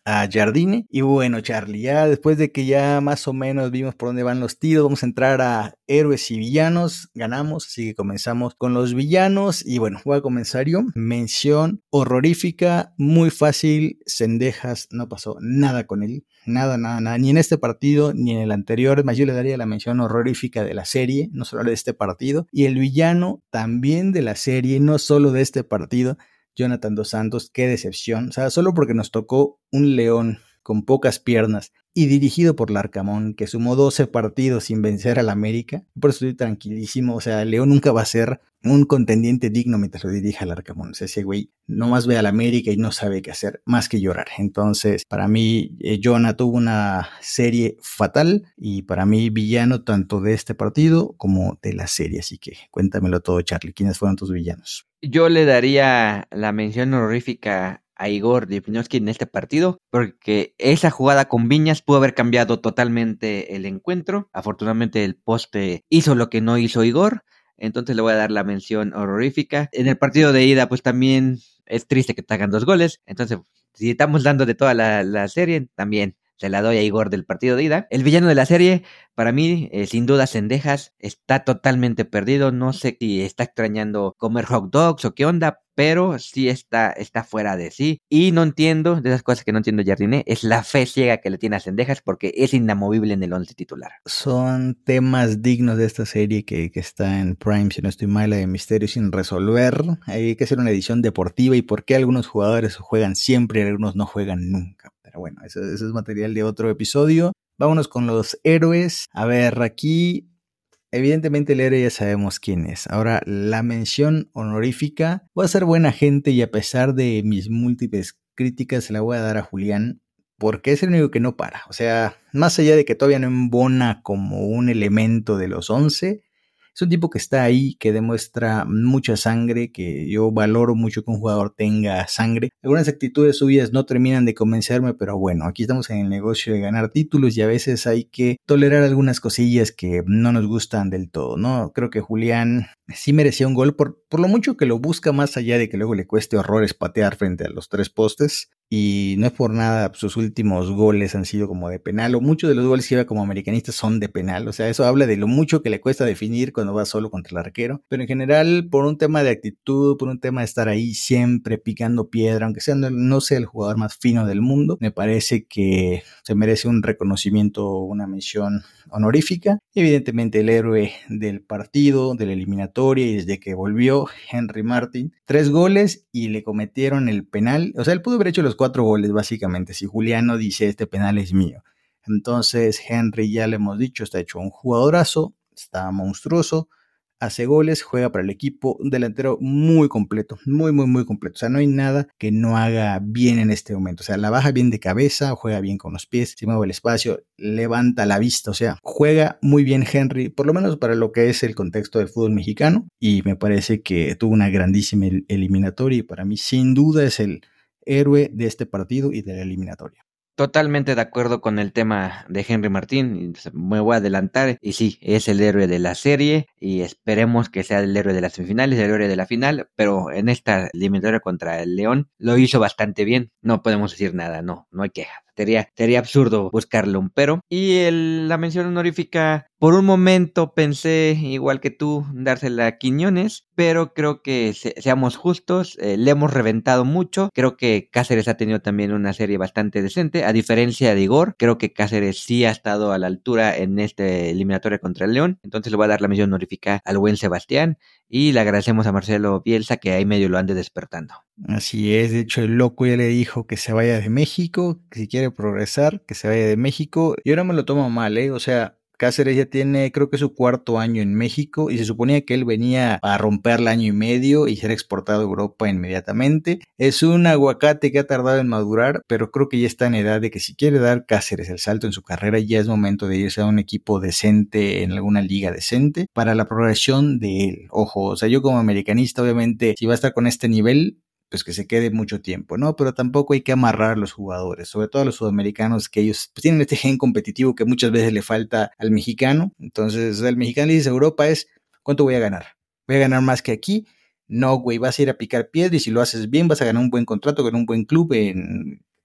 a Jardine. Y bueno, Charlie, ya después de que ya más o menos vimos por dónde van los tiros, vamos a entrar a héroes y villanos. Ganamos, así que comenzamos con los villanos. Y bueno, voy a comenzar yo. Mención horrorífica, muy fácil. Zendejas, no pasó nada con él. Nada, nada, nada. Ni en este partido, ni en el anterior. Más yo le daría la mención horrorífica de la serie, no solo de este partido. Y el villano también de la serie, no solo de este partido. Jonathan Dos Santos, qué decepción. O sea, solo porque nos tocó un León con pocas piernas y dirigido por Larcamón, que sumó doce partidos sin vencer al América. Por eso estoy tranquilísimo. O sea, León nunca va a ser un contendiente digno mientras lo dirija Larcamón. O sea, ese güey nomás ve al América y no sabe qué hacer más que llorar. Entonces, para mí, eh, Jonah tuvo una serie fatal y para mí villano tanto de este partido como de la serie. Así que cuéntamelo todo, Charlie. ¿Quiénes fueron tus villanos? Yo le daría la mención honorífica a Igor Lipnowski en este partido, porque esa jugada con Viñas pudo haber cambiado totalmente el encuentro. Afortunadamente el poste hizo lo que no hizo Igor, entonces le voy a dar la mención honorífica. En el partido de ida pues también es triste que te hagan dos goles, entonces si estamos dando de toda la, la serie, también se la doy a Igor del partido de ida. El villano de la serie, para mí, eh, sin duda, Zendejas, está totalmente perdido. No sé si está extrañando comer hot dogs o qué onda, pero sí está, está fuera de sí. Y no entiendo, de esas cosas que no entiendo Jardiné, es la fe ciega que le tiene a Zendejas porque es inamovible en el once titular. Son temas dignos de esta serie que, que está en Prime, si no estoy mal, la de Misterio sin resolver. Hay que hacer una edición deportiva y por qué algunos jugadores juegan siempre y algunos no juegan nunca. Pero bueno, eso, eso es material de otro episodio. Vámonos con los héroes. A ver, aquí evidentemente el héroe ya sabemos quién es. Ahora, la mención honorífica. Voy a ser buena gente y a pesar de mis múltiples críticas se la voy a dar a Julián, porque es el único que no para. O sea, más allá de que todavía no embona como un elemento de los once, es un tipo que está ahí, que demuestra mucha sangre, que yo valoro mucho que un jugador tenga sangre. Algunas actitudes suyas no terminan de convencerme, pero bueno, aquí estamos en el negocio de ganar títulos y a veces hay que tolerar algunas cosillas que no nos gustan del todo, ¿no? Creo que Julián sí merecía un gol por, por lo mucho que lo busca, más allá de que luego le cueste horrores patear frente a los tres postes. Y no es por nada, sus últimos goles han sido como de penal, o muchos de los goles que lleva como americanista son de penal. O sea, eso habla de lo mucho que le cuesta definir cuando va solo contra el arquero. Pero en general, por un tema de actitud, por un tema de estar ahí siempre picando piedra, aunque sea no, no sea el jugador más fino del mundo, me parece que se merece un reconocimiento, una mención honorífica. Y evidentemente el héroe del partido, de la eliminatoria y desde que volvió, Henry Martin. Tres goles y le cometieron el penal. O sea, él pudo haber hecho los cuatro goles básicamente si Juliano dice este penal es mío. Entonces Henry, ya le hemos dicho, está hecho un jugadorazo, está monstruoso, hace goles, juega para el equipo, un delantero muy completo, muy muy muy completo. O sea, no hay nada que no haga bien en este momento. O sea, la baja bien de cabeza, juega bien con los pies, se mueve el espacio, levanta la vista. O sea, juega muy bien Henry, por lo menos para lo que es el contexto del fútbol mexicano, y me parece que tuvo una grandísima eliminatoria y para mí sin duda es el héroe de este partido y de la eliminatoria. Totalmente de acuerdo con el tema de Henry Martín, me voy a adelantar y sí, es el héroe de la serie y esperemos que sea el héroe de las semifinales, el héroe de la final, pero en esta eliminatoria contra el León lo hizo bastante bien, no podemos decir nada, no, no hay queja. Sería, sería absurdo buscarle un pero. Y el, la mención honorífica, por un momento pensé, igual que tú, dársela a Quiñones, pero creo que se, seamos justos, eh, le hemos reventado mucho. Creo que Cáceres ha tenido también una serie bastante decente, a diferencia de Igor. Creo que Cáceres sí ha estado a la altura en este eliminatoria contra el León, entonces le voy a dar la mención honorífica al buen Sebastián. Y le agradecemos a Marcelo Bielsa que ahí medio lo ande despertando. Así es, de hecho el loco ya le dijo que se vaya de México, que si quiere progresar, que se vaya de México. Yo no me lo tomo mal, ¿eh? O sea, Cáceres ya tiene, creo que su cuarto año en México y se suponía que él venía a romper el año y medio y ser exportado a Europa inmediatamente. Es un aguacate que ha tardado en madurar, pero creo que ya está en edad de que si quiere dar Cáceres el salto en su carrera, ya es momento de irse a un equipo decente, en alguna liga decente, para la progresión de él. Ojo, o sea, yo como americanista, obviamente, si va a estar con este nivel, pues que se quede mucho tiempo, ¿no? Pero tampoco hay que amarrar a los jugadores, sobre todo a los sudamericanos, que ellos pues, tienen este gen competitivo que muchas veces le falta al mexicano. Entonces, el mexicano le dice, Europa es, ¿cuánto voy a ganar? ¿Voy a ganar más que aquí? No, güey, vas a ir a picar piedra y si lo haces bien vas a ganar un buen contrato con un buen club en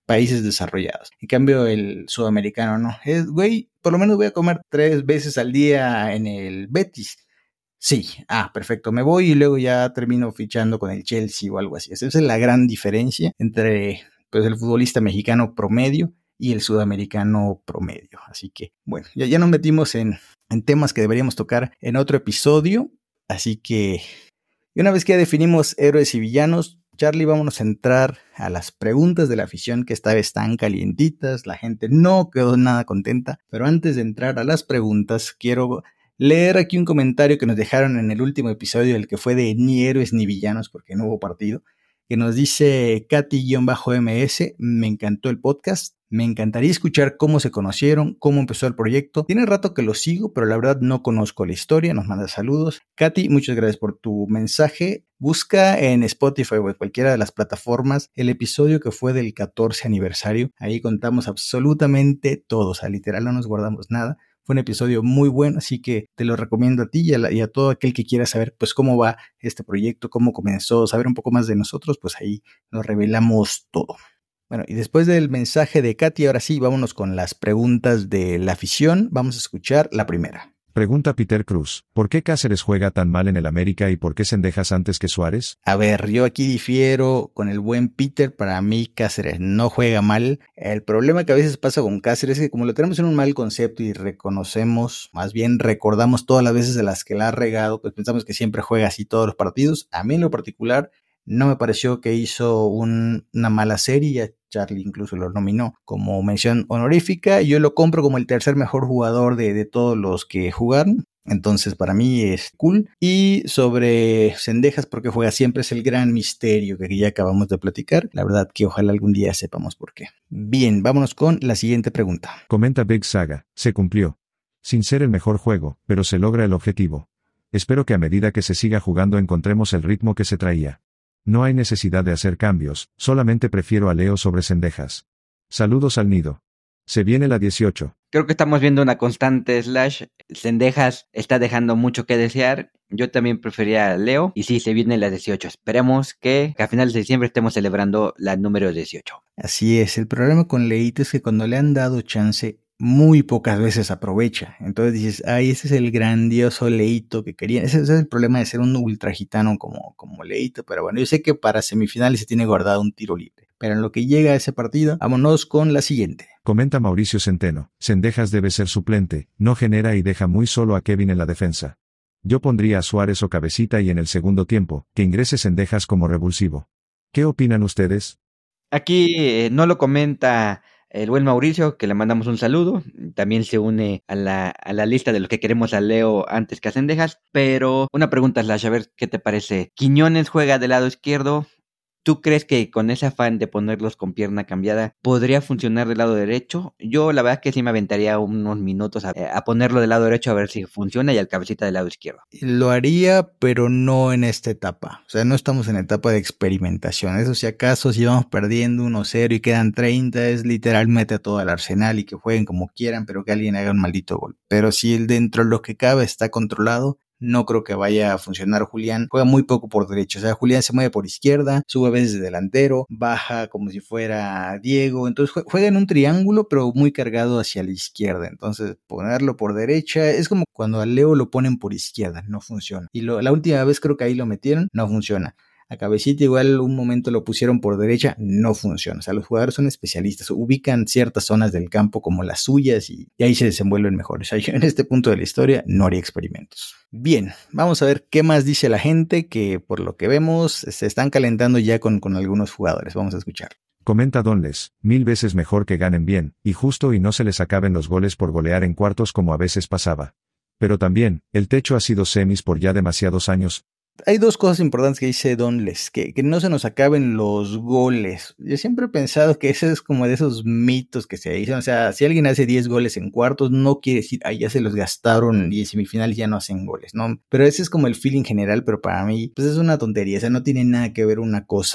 países desarrollados. En cambio, el sudamericano no. Es, güey, por lo menos voy a comer tres veces al día en el Betis. Sí, ah, perfecto, me voy y luego ya termino fichando con el Chelsea o algo así. Esa es la gran diferencia entre pues, el futbolista mexicano promedio y el sudamericano promedio. Así que, bueno, ya, ya nos metimos en, en temas que deberíamos tocar en otro episodio. Así que, y una vez que ya definimos héroes y villanos, Charlie, vámonos a entrar a las preguntas de la afición, que esta vez están calientitas, la gente no quedó nada contenta, pero antes de entrar a las preguntas, quiero leer aquí un comentario que nos dejaron en el último episodio, el que fue de ni héroes ni villanos, porque no hubo partido, que nos dice Katy-M S, me encantó el podcast, me encantaría escuchar cómo se conocieron, cómo empezó el proyecto. Tiene rato que lo sigo, pero la verdad no conozco la historia, nos manda saludos. Katy, muchas gracias por tu mensaje. Busca en Spotify o en cualquiera de las plataformas el episodio que fue del catorce aniversario. Ahí contamos absolutamente todo, o sea, literal no nos guardamos nada. Fue un episodio muy bueno, así que te lo recomiendo a ti y a, la, y a todo aquel que quiera saber pues cómo va este proyecto, cómo comenzó, saber un poco más de nosotros, pues ahí nos revelamos todo. Bueno, y después del mensaje de Katy, ahora sí, vámonos con las preguntas de la afición. Vamos a escuchar la primera. Pregunta Peter Cruz, ¿por qué Cáceres juega tan mal en el América y por qué Cendejas antes que Suárez? A ver, yo aquí difiero con el buen Peter, para mí Cáceres no juega mal. El problema que a veces pasa con Cáceres es que como lo tenemos en un mal concepto y reconocemos, más bien recordamos todas las veces de las que la ha regado, pues pensamos que siempre juega así todos los partidos. A mí en lo particular no me pareció que hizo un, una mala serie, Charlie incluso lo nominó como mención honorífica, yo lo compro como el tercer mejor jugador de, de todos los que jugaron, entonces para mí es cool. Y sobre Cendejas, porque juega siempre, es el gran misterio que ya acabamos de platicar, la verdad que ojalá algún día sepamos por qué. Bien, vámonos con la siguiente pregunta. Comenta Big Saga, se cumplió. Sin ser el mejor juego, pero se logra el objetivo. Espero que a medida que se siga jugando encontremos el ritmo que se traía. No hay necesidad de hacer cambios, solamente prefiero a Leo sobre Cendejas. Saludos al nido. Se viene la dieciocho. Creo que estamos viendo una constante slash. Cendejas está dejando mucho que desear. Yo también prefería a Leo. Y sí, se viene la dieciocho. Esperemos que, que a finales de diciembre estemos celebrando la número dieciocho. Así es, el problema con Leito es que cuando le han dado chance, muy pocas veces aprovecha. Entonces dices, ay, ese es el grandioso Leito que querían. Ese, ese es el problema de ser un ultra gitano como, como Leito. Pero bueno, yo sé que para semifinales se tiene guardado un tiro libre. Pero en lo que llega a ese partido, vámonos con la siguiente. Comenta Mauricio Centeno, Cendejas debe ser suplente, no genera y deja muy solo a Kevin en la defensa. Yo pondría a Suárez o Cabecita y en el segundo tiempo, que ingrese Cendejas como revulsivo. ¿Qué opinan ustedes? Aquí eh, no lo comenta el buen Mauricio, que le mandamos un saludo. También se une a la, a la lista de los que queremos a Leo antes que a Cendejas. Pero una pregunta, Slash, a ver qué te parece. Quiñones juega del lado izquierdo. ¿Tú crees que con ese afán de ponerlos con pierna cambiada podría funcionar del lado derecho? Yo la verdad es que sí me aventaría unos minutos a, a ponerlo del lado derecho a ver si funciona y al Cabecita del lado izquierdo. Lo haría, pero no en esta etapa. O sea, no estamos en etapa de experimentación. Eso si acaso, si vamos perdiendo uno cero y quedan treinta, es literal mete a todo al arsenal y que jueguen como quieran, pero que alguien haga un maldito gol. Pero si el dentro de lo que cabe está controlado, no creo que vaya a funcionar. Julián juega muy poco por derecha, o sea, Julián se mueve por izquierda, sube a veces de delantero, baja como si fuera Diego, entonces juega en un triángulo pero muy cargado hacia la izquierda, entonces ponerlo por derecha es como cuando a Leo lo ponen por izquierda, no funciona. Y lo, la última vez creo que ahí lo metieron, no funciona. A Cabecita igual un momento lo pusieron por derecha, no funciona. O sea, los jugadores son especialistas, ubican ciertas zonas del campo como las suyas y, y ahí se desenvuelven mejor. O sea, yo en este punto de la historia no haría experimentos. Bien, vamos a ver qué más dice la gente, que por lo que vemos se están calentando ya con, con algunos jugadores. Vamos a escuchar. Comenta Donles, mil veces mejor que ganen bien, y justo y no se les acaben los goles por golear en cuartos como a veces pasaba. Pero también, el techo ha sido semis por ya demasiados años. Hay dos cosas importantes que dice Donles, que, que no se nos acaben los goles. Yo siempre he pensado que ese es como de esos mitos que se dicen, o sea, si alguien hace diez goles en cuartos, no quiere decir, ah, ya se los gastaron y en semifinales ya no hacen goles, ¿no? Pero ese es como el feeling general, pero para mí, pues es una tontería, o sea, no tiene nada que ver una cosa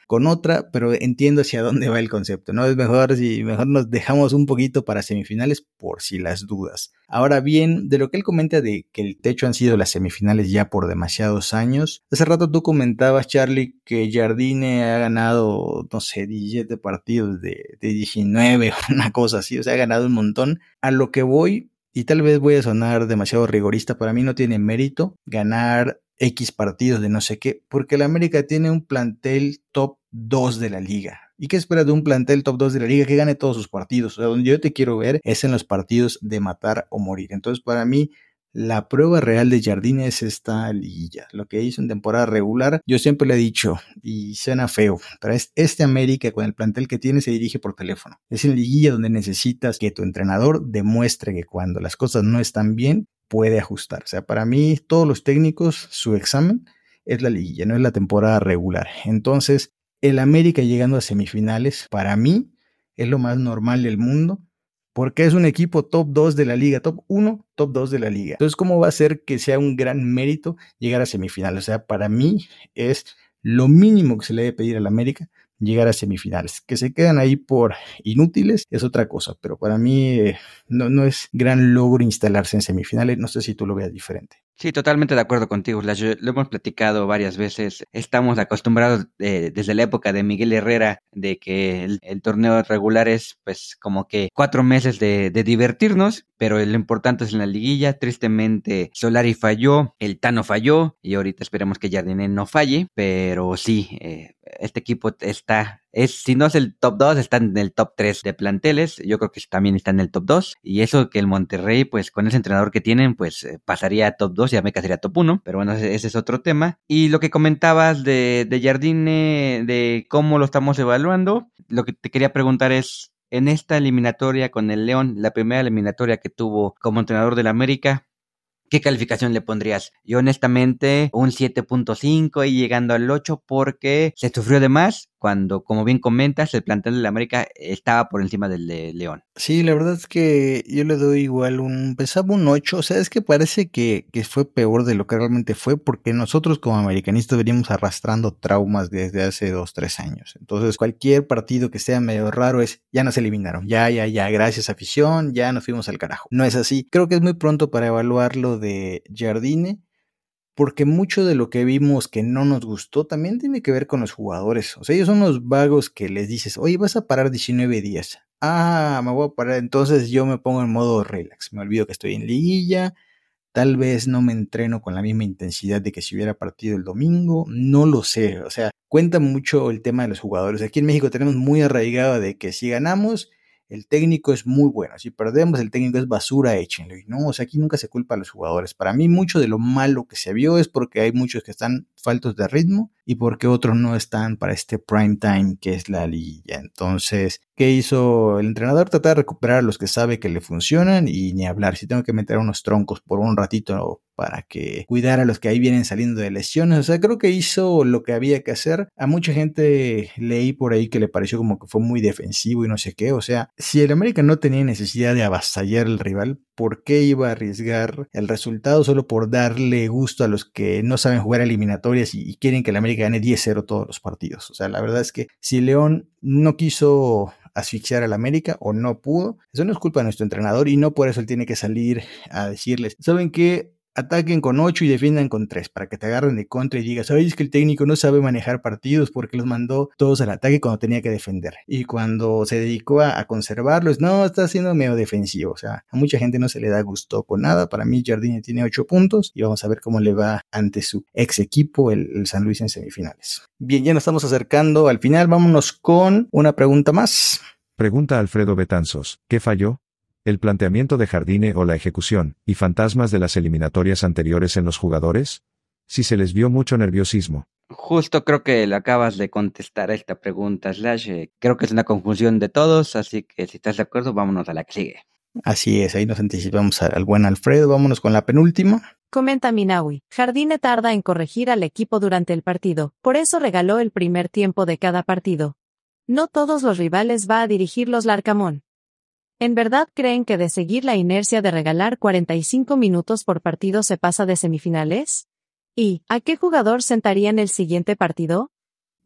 con otra, pero entiendo hacia dónde va el concepto, ¿no? Es mejor si mejor nos dejamos un poquito para semifinales por si las dudas. Ahora bien, de lo que él comenta de que el techo han sido las semifinales ya por demasiados años, hace rato tú comentabas, Charlie, que Jardine ha ganado, no sé, diecisiete partidos de, de diecinueve o una cosa así, o sea, ha ganado un montón. A lo que voy, y tal vez voy a sonar demasiado rigorista, para mí no tiene mérito ganar X partidos de no sé qué, porque el América tiene un plantel top dos de la liga. ¿Y qué esperas de un plantel top dos de la liga que gane todos sus partidos? O sea, donde yo te quiero ver es en los partidos de matar o morir. Entonces, para mí, la prueba real de Jardine es esta liguilla. Lo que hizo en temporada regular, yo siempre le he dicho, y suena feo, pero es este América con el plantel que tiene se dirige por teléfono. Es en liguilla donde necesitas que tu entrenador demuestre que cuando las cosas no están bien, puede ajustar. O sea, para mí, todos los técnicos, su examen es la liguilla, no es la temporada regular. Entonces, el América llegando a semifinales, para mí, es lo más normal del mundo, porque es un equipo top dos de la liga, top uno, top dos de la liga. Entonces, ¿cómo va a ser que sea un gran mérito llegar a semifinales? O sea, para mí es lo mínimo que se le debe pedir al América, llegar a semifinales. Que se quedan ahí por inútiles es otra cosa, pero para mí eh, no, no es gran logro instalarse en semifinales. No sé si tú lo veas diferente. Sí, totalmente de acuerdo contigo, Slash. Lo hemos platicado varias veces. Estamos acostumbrados eh, desde la época de Miguel Herrera de que el, el torneo regular es pues como que cuatro meses de, de divertirnos, pero lo importante es en la liguilla. Tristemente Solari falló, el Tano falló y ahorita esperemos que Jardine no falle, pero sí, eh, este equipo está... Es, si no es el top dos, está en el top tres de planteles. Yo creo que también está en el top dos. Y eso que el Monterrey, pues con ese entrenador que tienen, pues eh, pasaría a top dos y América sería top uno. Pero bueno, ese, ese es otro tema. Y lo que comentabas de, de Jardine, de cómo lo estamos evaluando, lo que te quería preguntar es, en esta eliminatoria con el León, la primera eliminatoria que tuvo como entrenador del América, ¿qué calificación le pondrías? Yo honestamente un siete punto cinco y llegando al ocho porque se sufrió de más cuando, como bien comentas, el plantel de la América estaba por encima del de León. Sí, la verdad es que yo le doy igual un, pensaba un ocho, o sea, es que parece que, que fue peor de lo que realmente fue porque nosotros como americanistas venimos arrastrando traumas desde hace dos, tres años. Entonces cualquier partido que sea medio raro es, ya nos eliminaron, ya, ya, ya, gracias afición, ya nos fuimos al carajo. No es así, creo que es muy pronto para evaluarlo de Jardine, porque mucho de lo que vimos que no nos gustó también tiene que ver con los jugadores. O sea, ellos son unos vagos que les dices, oye, vas a parar diecinueve días. Ah, me voy a parar, entonces yo me pongo en modo relax, me olvido que estoy en liguilla, tal vez no me entreno con la misma intensidad de que si hubiera partido el domingo, no lo sé. O sea, cuenta mucho el tema de los jugadores. Aquí en México tenemos muy arraigado de que si ganamos, el técnico es muy bueno, si perdemos el técnico es basura, échenlo. Y no, o sea, aquí nunca se culpa a los jugadores. Para mí mucho de lo malo que se vio es porque hay muchos que están faltos de ritmo y porque otros no están para este prime time que es la liguilla. Entonces, ¿qué hizo el entrenador? Tratar de recuperar a los que sabe que le funcionan y ni hablar. Si tengo que meter a unos troncos por un ratito para que cuidar a los que ahí vienen saliendo de lesiones, o sea, creo que hizo lo que había que hacer. A mucha gente leí por ahí que le pareció como que fue muy defensivo y no sé qué. O sea, si el América no tenía necesidad de avasallar al rival, ¿por qué iba a arriesgar el resultado solo por darle gusto a los que no saben jugar eliminatorias y, y quieren que el América gane diez cero todos los partidos? O sea, la verdad es que si León no quiso asfixiar al América o no pudo, eso no es culpa de nuestro entrenador y no por eso él tiene que salir a decirles, ¿saben qué? Ataquen con ocho y defiendan con tres para que te agarren de contra y digas, oye, es que el técnico no sabe manejar partidos porque los mandó todos al ataque cuando tenía que defender. Y cuando se dedicó a, a conservarlos, no, está siendo medio defensivo. O sea, a mucha gente no se le da gusto con nada. Para mí, Jardine tiene ocho puntos y vamos a ver cómo le va ante su ex equipo, el, el San Luis, en semifinales. Bien, ya nos estamos acercando al final. Vámonos con una pregunta más. Pregunta Alfredo Betanzos, ¿qué falló? ¿El planteamiento de Jardine o la ejecución, y fantasmas de las eliminatorias anteriores en los jugadores? Si se les vio mucho nerviosismo. Justo creo que le acabas de contestar a esta pregunta, Slash. Eh, creo que es una confusión de todos, así que si estás de acuerdo, vámonos a la que sigue. Así es, ahí nos anticipamos al buen Alfredo. Vámonos con la penúltima. Comenta Minawi, Jardine tarda en corregir al equipo durante el partido, por eso regaló el primer tiempo de cada partido. No todos los rivales va a dirigirlos Larcamón. ¿En verdad creen que de seguir la inercia de regalar cuarenta y cinco minutos por partido se pasa de semifinales? ¿Y a qué jugador sentarían el siguiente partido?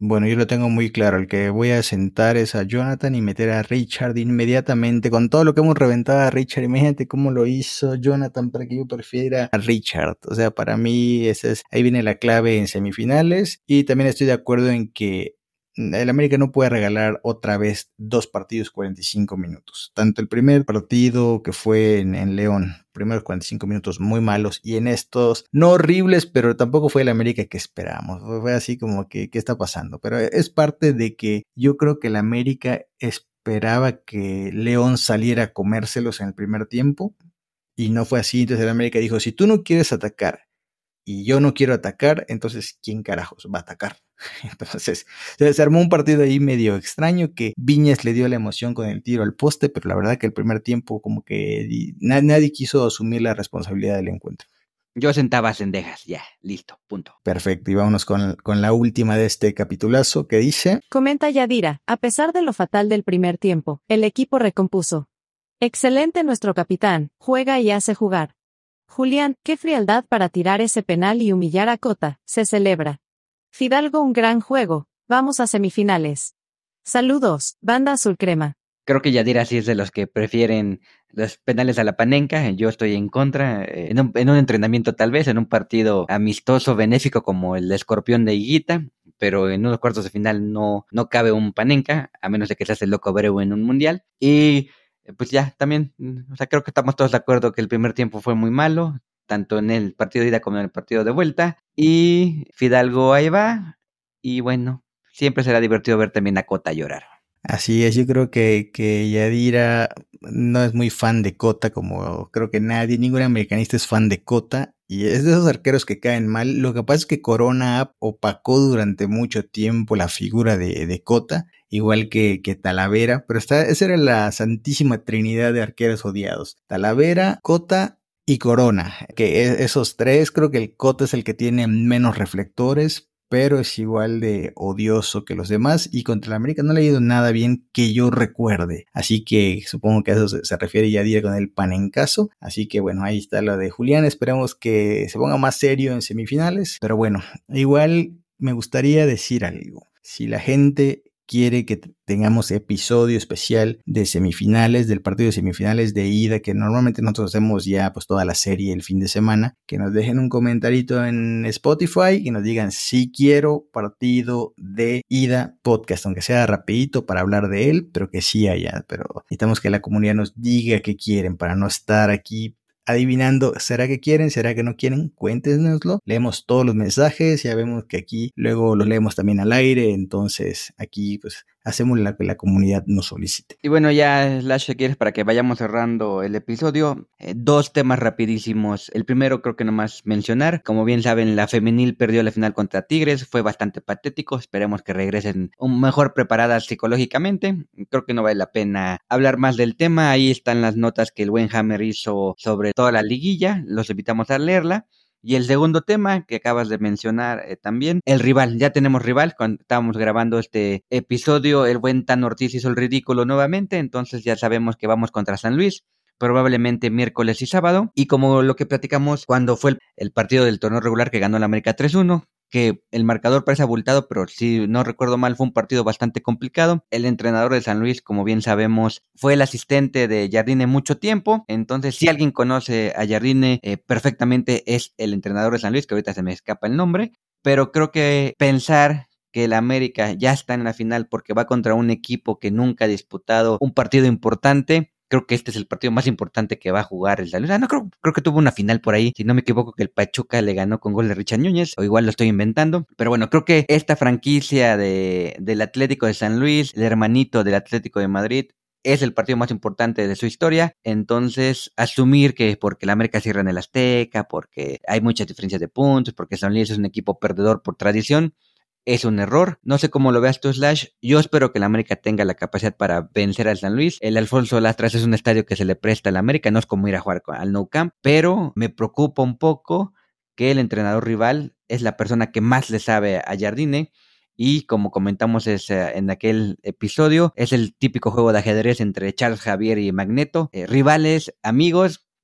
Bueno, yo lo tengo muy claro, el que voy a sentar es a Jonathan y meter a Richard inmediatamente, con todo lo que hemos reventado a Richard. Imagínate cómo lo hizo Jonathan para que yo prefiera a Richard. O sea, para mí ese es, ahí viene la clave en semifinales, y también estoy de acuerdo en que el América no puede regalar otra vez dos partidos cuarenta y cinco minutos. Tanto el primer partido que fue en, en León, primeros cuarenta y cinco minutos muy malos, y en estos no horribles, pero tampoco fue el América que esperábamos. Fue así como que, ¿qué está pasando? Pero es parte de que yo creo que el América esperaba que León saliera a comérselos en el primer tiempo, y no fue así. Entonces el América dijo, si tú no quieres atacar y yo no quiero atacar, entonces ¿quién carajos va a atacar? Entonces se armó un partido ahí medio extraño, que Viñas le dio la emoción con el tiro al poste, pero la verdad que el primer tiempo como que nadie quiso asumir la responsabilidad del encuentro. Yo sentaba cendejas, ya, listo, punto. Perfecto, y vámonos con, con la última de este capitulazo, que dice... Comenta Yadira, a pesar de lo fatal del primer tiempo, el equipo recompuso. Excelente nuestro capitán, juega y hace jugar. Julián, qué frialdad para tirar ese penal y humillar a Cota, se celebra. Fidalgo, un gran juego, vamos a semifinales. Saludos, banda azul crema. Creo que Yadira sí es de los que prefieren los penales a la panenca. Yo estoy en contra, en un, en un entrenamiento tal vez, en un partido amistoso, benéfico como el de Escorpión de Higuita, pero en unos cuartos de final no, no cabe un panenca, a menos de que seas el loco Abreu en un mundial. Y pues ya, también, o sea, creo que estamos todos de acuerdo que el primer tiempo fue muy malo, tanto en el partido de ida como en el partido de vuelta, y Fidalgo ahí va, y bueno, siempre será divertido ver también a Cota llorar. Así es, yo creo que, que Yadira no es muy fan de Cota, como creo que nadie, ningún americanista es fan de Cota, y es de esos arqueros que caen mal. Lo que pasa es que Corona opacó durante mucho tiempo la figura de, de Cota, igual que, que Talavera, pero esta, esa era la santísima trinidad de arqueros odiados: Talavera, Cota y Corona, que es, esos tres, creo que el Cota es el que tiene menos reflectores, pero es igual de odioso que los demás, y contra el América no le ha ido nada bien que yo recuerde, así que supongo que a eso se, se refiere Yadira con el panencaso. Así que bueno, ahí está lo de Julián, esperemos que se ponga más serio en semifinales, pero bueno, igual me gustaría decir algo. Si la gente quiere que tengamos episodio especial de semifinales, del partido de semifinales de ida, que normalmente nosotros hacemos ya pues toda la serie el fin de semana, que nos dejen un comentarito en Spotify y nos digan si quiero partido de ida podcast, aunque sea rapidito para hablar de él, pero que sí haya. Pero necesitamos que la comunidad nos diga qué quieren para no estar aquí adivinando, ¿será que quieren? ¿Será que no quieren? Cuéntenoslo. Leemos todos los mensajes, ya vemos que aquí luego los leemos también al aire, entonces aquí pues hacemos lo que la comunidad nos solicite. Y bueno, ya Slash, si quieres, para que vayamos cerrando el episodio, eh, dos temas rapidísimos. El primero creo que nomás mencionar, como bien saben, la femenil perdió la final contra Tigres, fue bastante patético, esperemos que regresen un mejor preparadas psicológicamente. Creo que no vale la pena hablar más del tema, ahí están las notas que el buen Hammer hizo sobre toda la liguilla, los invitamos a leerla. Y el segundo tema que acabas de mencionar eh, también, el rival. Ya tenemos rival. Cuando estábamos grabando este episodio, el buen Tan Ortiz hizo el ridículo nuevamente, entonces ya sabemos que vamos contra San Luis, probablemente miércoles y sábado. Y como lo que platicamos cuando fue el, el partido del torneo regular que ganó el América tres uno, que el marcador parece abultado, pero si no recuerdo mal fue un partido bastante complicado. El entrenador de San Luis, como bien sabemos, fue el asistente de Jardine mucho tiempo, entonces si alguien conoce a Jardine eh, perfectamente es el entrenador de San Luis, que ahorita se me escapa el nombre, pero creo que pensar que el América ya está en la final porque va contra un equipo que nunca ha disputado un partido importante, creo que este es el partido más importante que va a jugar el San Luis. Ah, no, creo, creo que tuvo una final por ahí, si no me equivoco, que el Pachuca le ganó con gol de Richard Núñez, o igual lo estoy inventando. Pero bueno, creo que esta franquicia de, del Atlético de San Luis, el hermanito del Atlético de Madrid, es el partido más importante de su historia. Entonces, asumir que porque el América cierra en el Azteca, porque hay muchas diferencias de puntos, porque San Luis es un equipo perdedor por tradición, es un error. No sé cómo lo veas tú, Slash. Yo espero que el América tenga la capacidad para vencer al San Luis. El Alfonso Lastras es un estadio que se le presta al América, no es como ir a jugar al Nou Camp, pero me preocupa un poco que el entrenador rival es la persona que más le sabe a Jardine, y como comentamos es, uh, en aquel episodio, es el típico juego de ajedrez entre Charles Javier y Magneto, eh, rivales, amigos,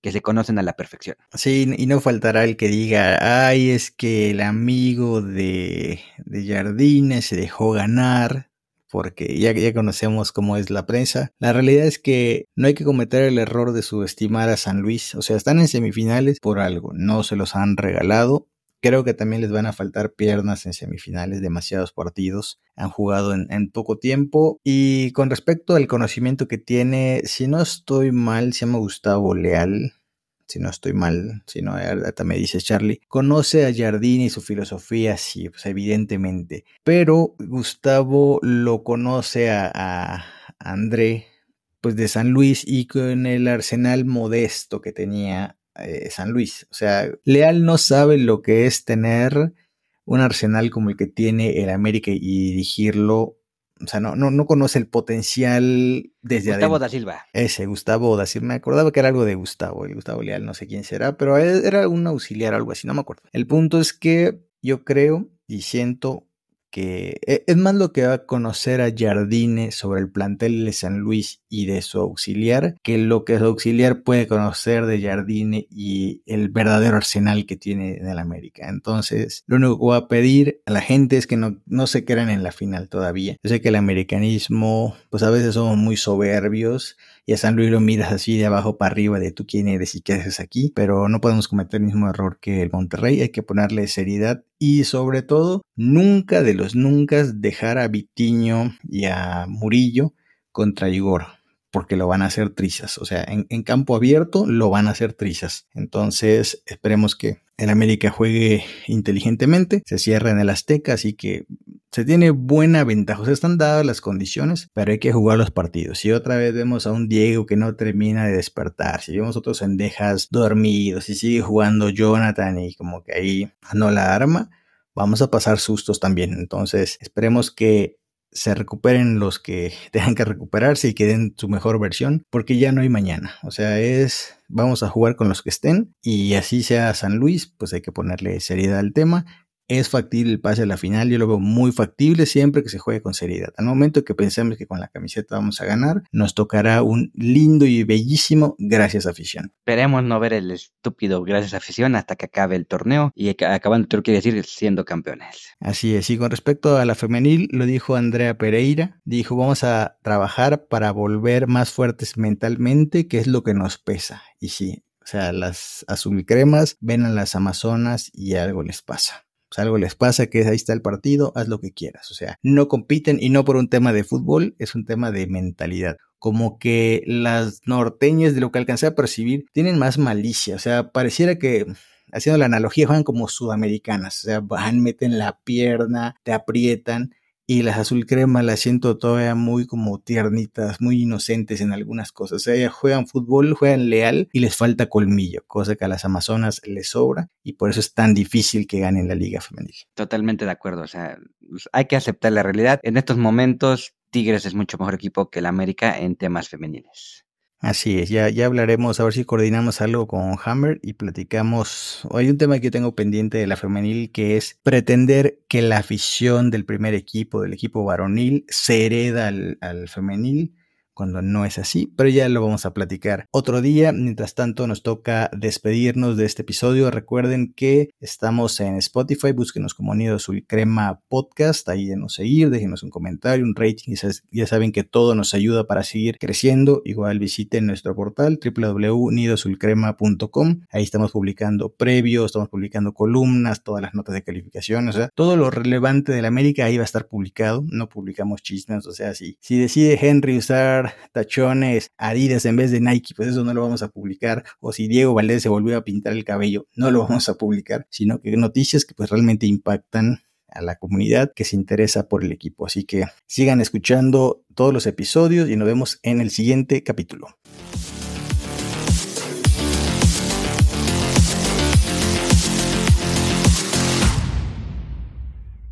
que se conocen a la perfección. Sí, y no faltará el que diga, ay, es que el amigo de, de Jardine se dejó ganar, porque ya, ya conocemos cómo es la prensa. La realidad es que no hay que cometer el error de subestimar a San Luis. O sea, están en semifinales por algo, no se los han regalado. Creo que también les van a faltar piernas en semifinales, demasiados partidos han jugado en, en poco tiempo. Y con respecto al conocimiento que tiene, si no estoy mal, se llama Gustavo Leal, si no estoy mal, si no, ahorita me dice Charlie, conoce a Jardine y su filosofía, sí, pues evidentemente, pero Gustavo lo conoce a, a André, pues de San Luis, y con el arsenal modesto que tenía eh, San Luis. O sea, Leal no sabe lo que es tener un arsenal como el que tiene el América y dirigirlo. O sea, no, no, no conoce el potencial desde Gustavo adentro. da Silva. Ese, Gustavo da Silva. Me acordaba que era algo de Gustavo, el Gustavo Leal, no sé quién será, pero era un auxiliar, algo así, no me acuerdo. El punto es que yo creo y siento que es más lo que va a conocer a Jardine sobre el plantel de San Luis y de su auxiliar, que lo que su auxiliar puede conocer de Jardine y el verdadero arsenal que tiene en el América. Entonces, lo único que voy a pedir a la gente es que no, no se crean en la final todavía. Yo sé que el americanismo, pues a veces somos muy soberbios, y a San Luis lo miras así de abajo para arriba de tú quién eres y qué haces aquí, pero no podemos cometer el mismo error que el Monterrey. Hay que ponerle seriedad y sobre todo nunca de los nunca dejar a Vitiño y a Murillo contra Igor, porque lo van a hacer trizas. O sea, en, en campo abierto lo van a hacer trizas. Entonces esperemos que el América juegue inteligentemente, se cierra en el Azteca, así que se tiene buena ventaja. O sea, están dadas las condiciones, pero hay que jugar los partidos. Si otra vez vemos a un Diego que no termina de despertar, si vemos otros Cendejas dormidos, si sigue jugando Jonathan y como que ahí no la arma, vamos a pasar sustos también. Entonces esperemos que se recuperen los que tengan que recuperarse y que den su mejor versión, porque ya no hay mañana. O sea, es vamos a jugar con los que estén, y así sea San Luis, pues hay que ponerle seriedad al tema. Es factible el pase a la final, yo lo veo muy factible siempre que se juegue con seriedad. Al momento que pensemos que con la camiseta vamos a ganar, nos tocará un lindo y bellísimo gracias afición. Esperemos no ver el estúpido gracias afición hasta que acabe el torneo, y acabando el torneo quiere decir siendo campeones. Así es, y con respecto a la femenil, lo dijo Andrea Pereira, dijo vamos a trabajar para volver más fuertes mentalmente, que es lo que nos pesa. Y sí, o sea, las azulcremas ven a las amazonas y algo les pasa. O sea, algo les pasa, que ahí está el partido, haz lo que quieras. O sea, no compiten, y no por un tema de fútbol, es un tema de mentalidad. Como que las norteñas, de lo que alcancé a percibir, tienen más malicia. O sea, pareciera que, haciendo la analogía, juegan como sudamericanas. O sea, van, meten la pierna, te aprietan. Y las azul crema las siento todavía muy como tiernitas, muy inocentes en algunas cosas. O sea, ellas juegan fútbol, juegan leal y les falta colmillo, cosa que a las amazonas les sobra, y por eso es tan difícil que ganen la liga femenil. Totalmente de acuerdo, o sea, hay que aceptar la realidad. En estos momentos, Tigres es mucho mejor equipo que el América en temas femeniles. Así es, ya, ya hablaremos, a ver si coordinamos algo con Hammer y platicamos. Hay un tema que yo tengo pendiente de la femenil, que es pretender que la afición del primer equipo, del equipo varonil, se hereda al, al femenil, cuando no es así, pero ya lo vamos a platicar otro día. Mientras tanto, nos toca despedirnos de este episodio. Recuerden que estamos en Spotify, búsquenos como Nido Azul Crema Podcast, ahí denos seguir, déjenos un comentario, un rating, ya saben que todo nos ayuda para seguir creciendo. Igual visiten nuestro portal doble u doble u doble u punto nido azul crema punto com, ahí estamos publicando previos, estamos publicando columnas, todas las notas de calificación, o sea, todo lo relevante de la América ahí va a estar publicado. No publicamos chismes, o sea, si, si decide Henry usar tachones Adidas en vez de Nike, pues eso no lo vamos a publicar. O si Diego Valdés se volvió a pintar el cabello, no lo vamos a publicar, sino que noticias que pues realmente impactan a la comunidad que se interesa por el equipo. Así que sigan escuchando todos los episodios y nos vemos en el siguiente capítulo.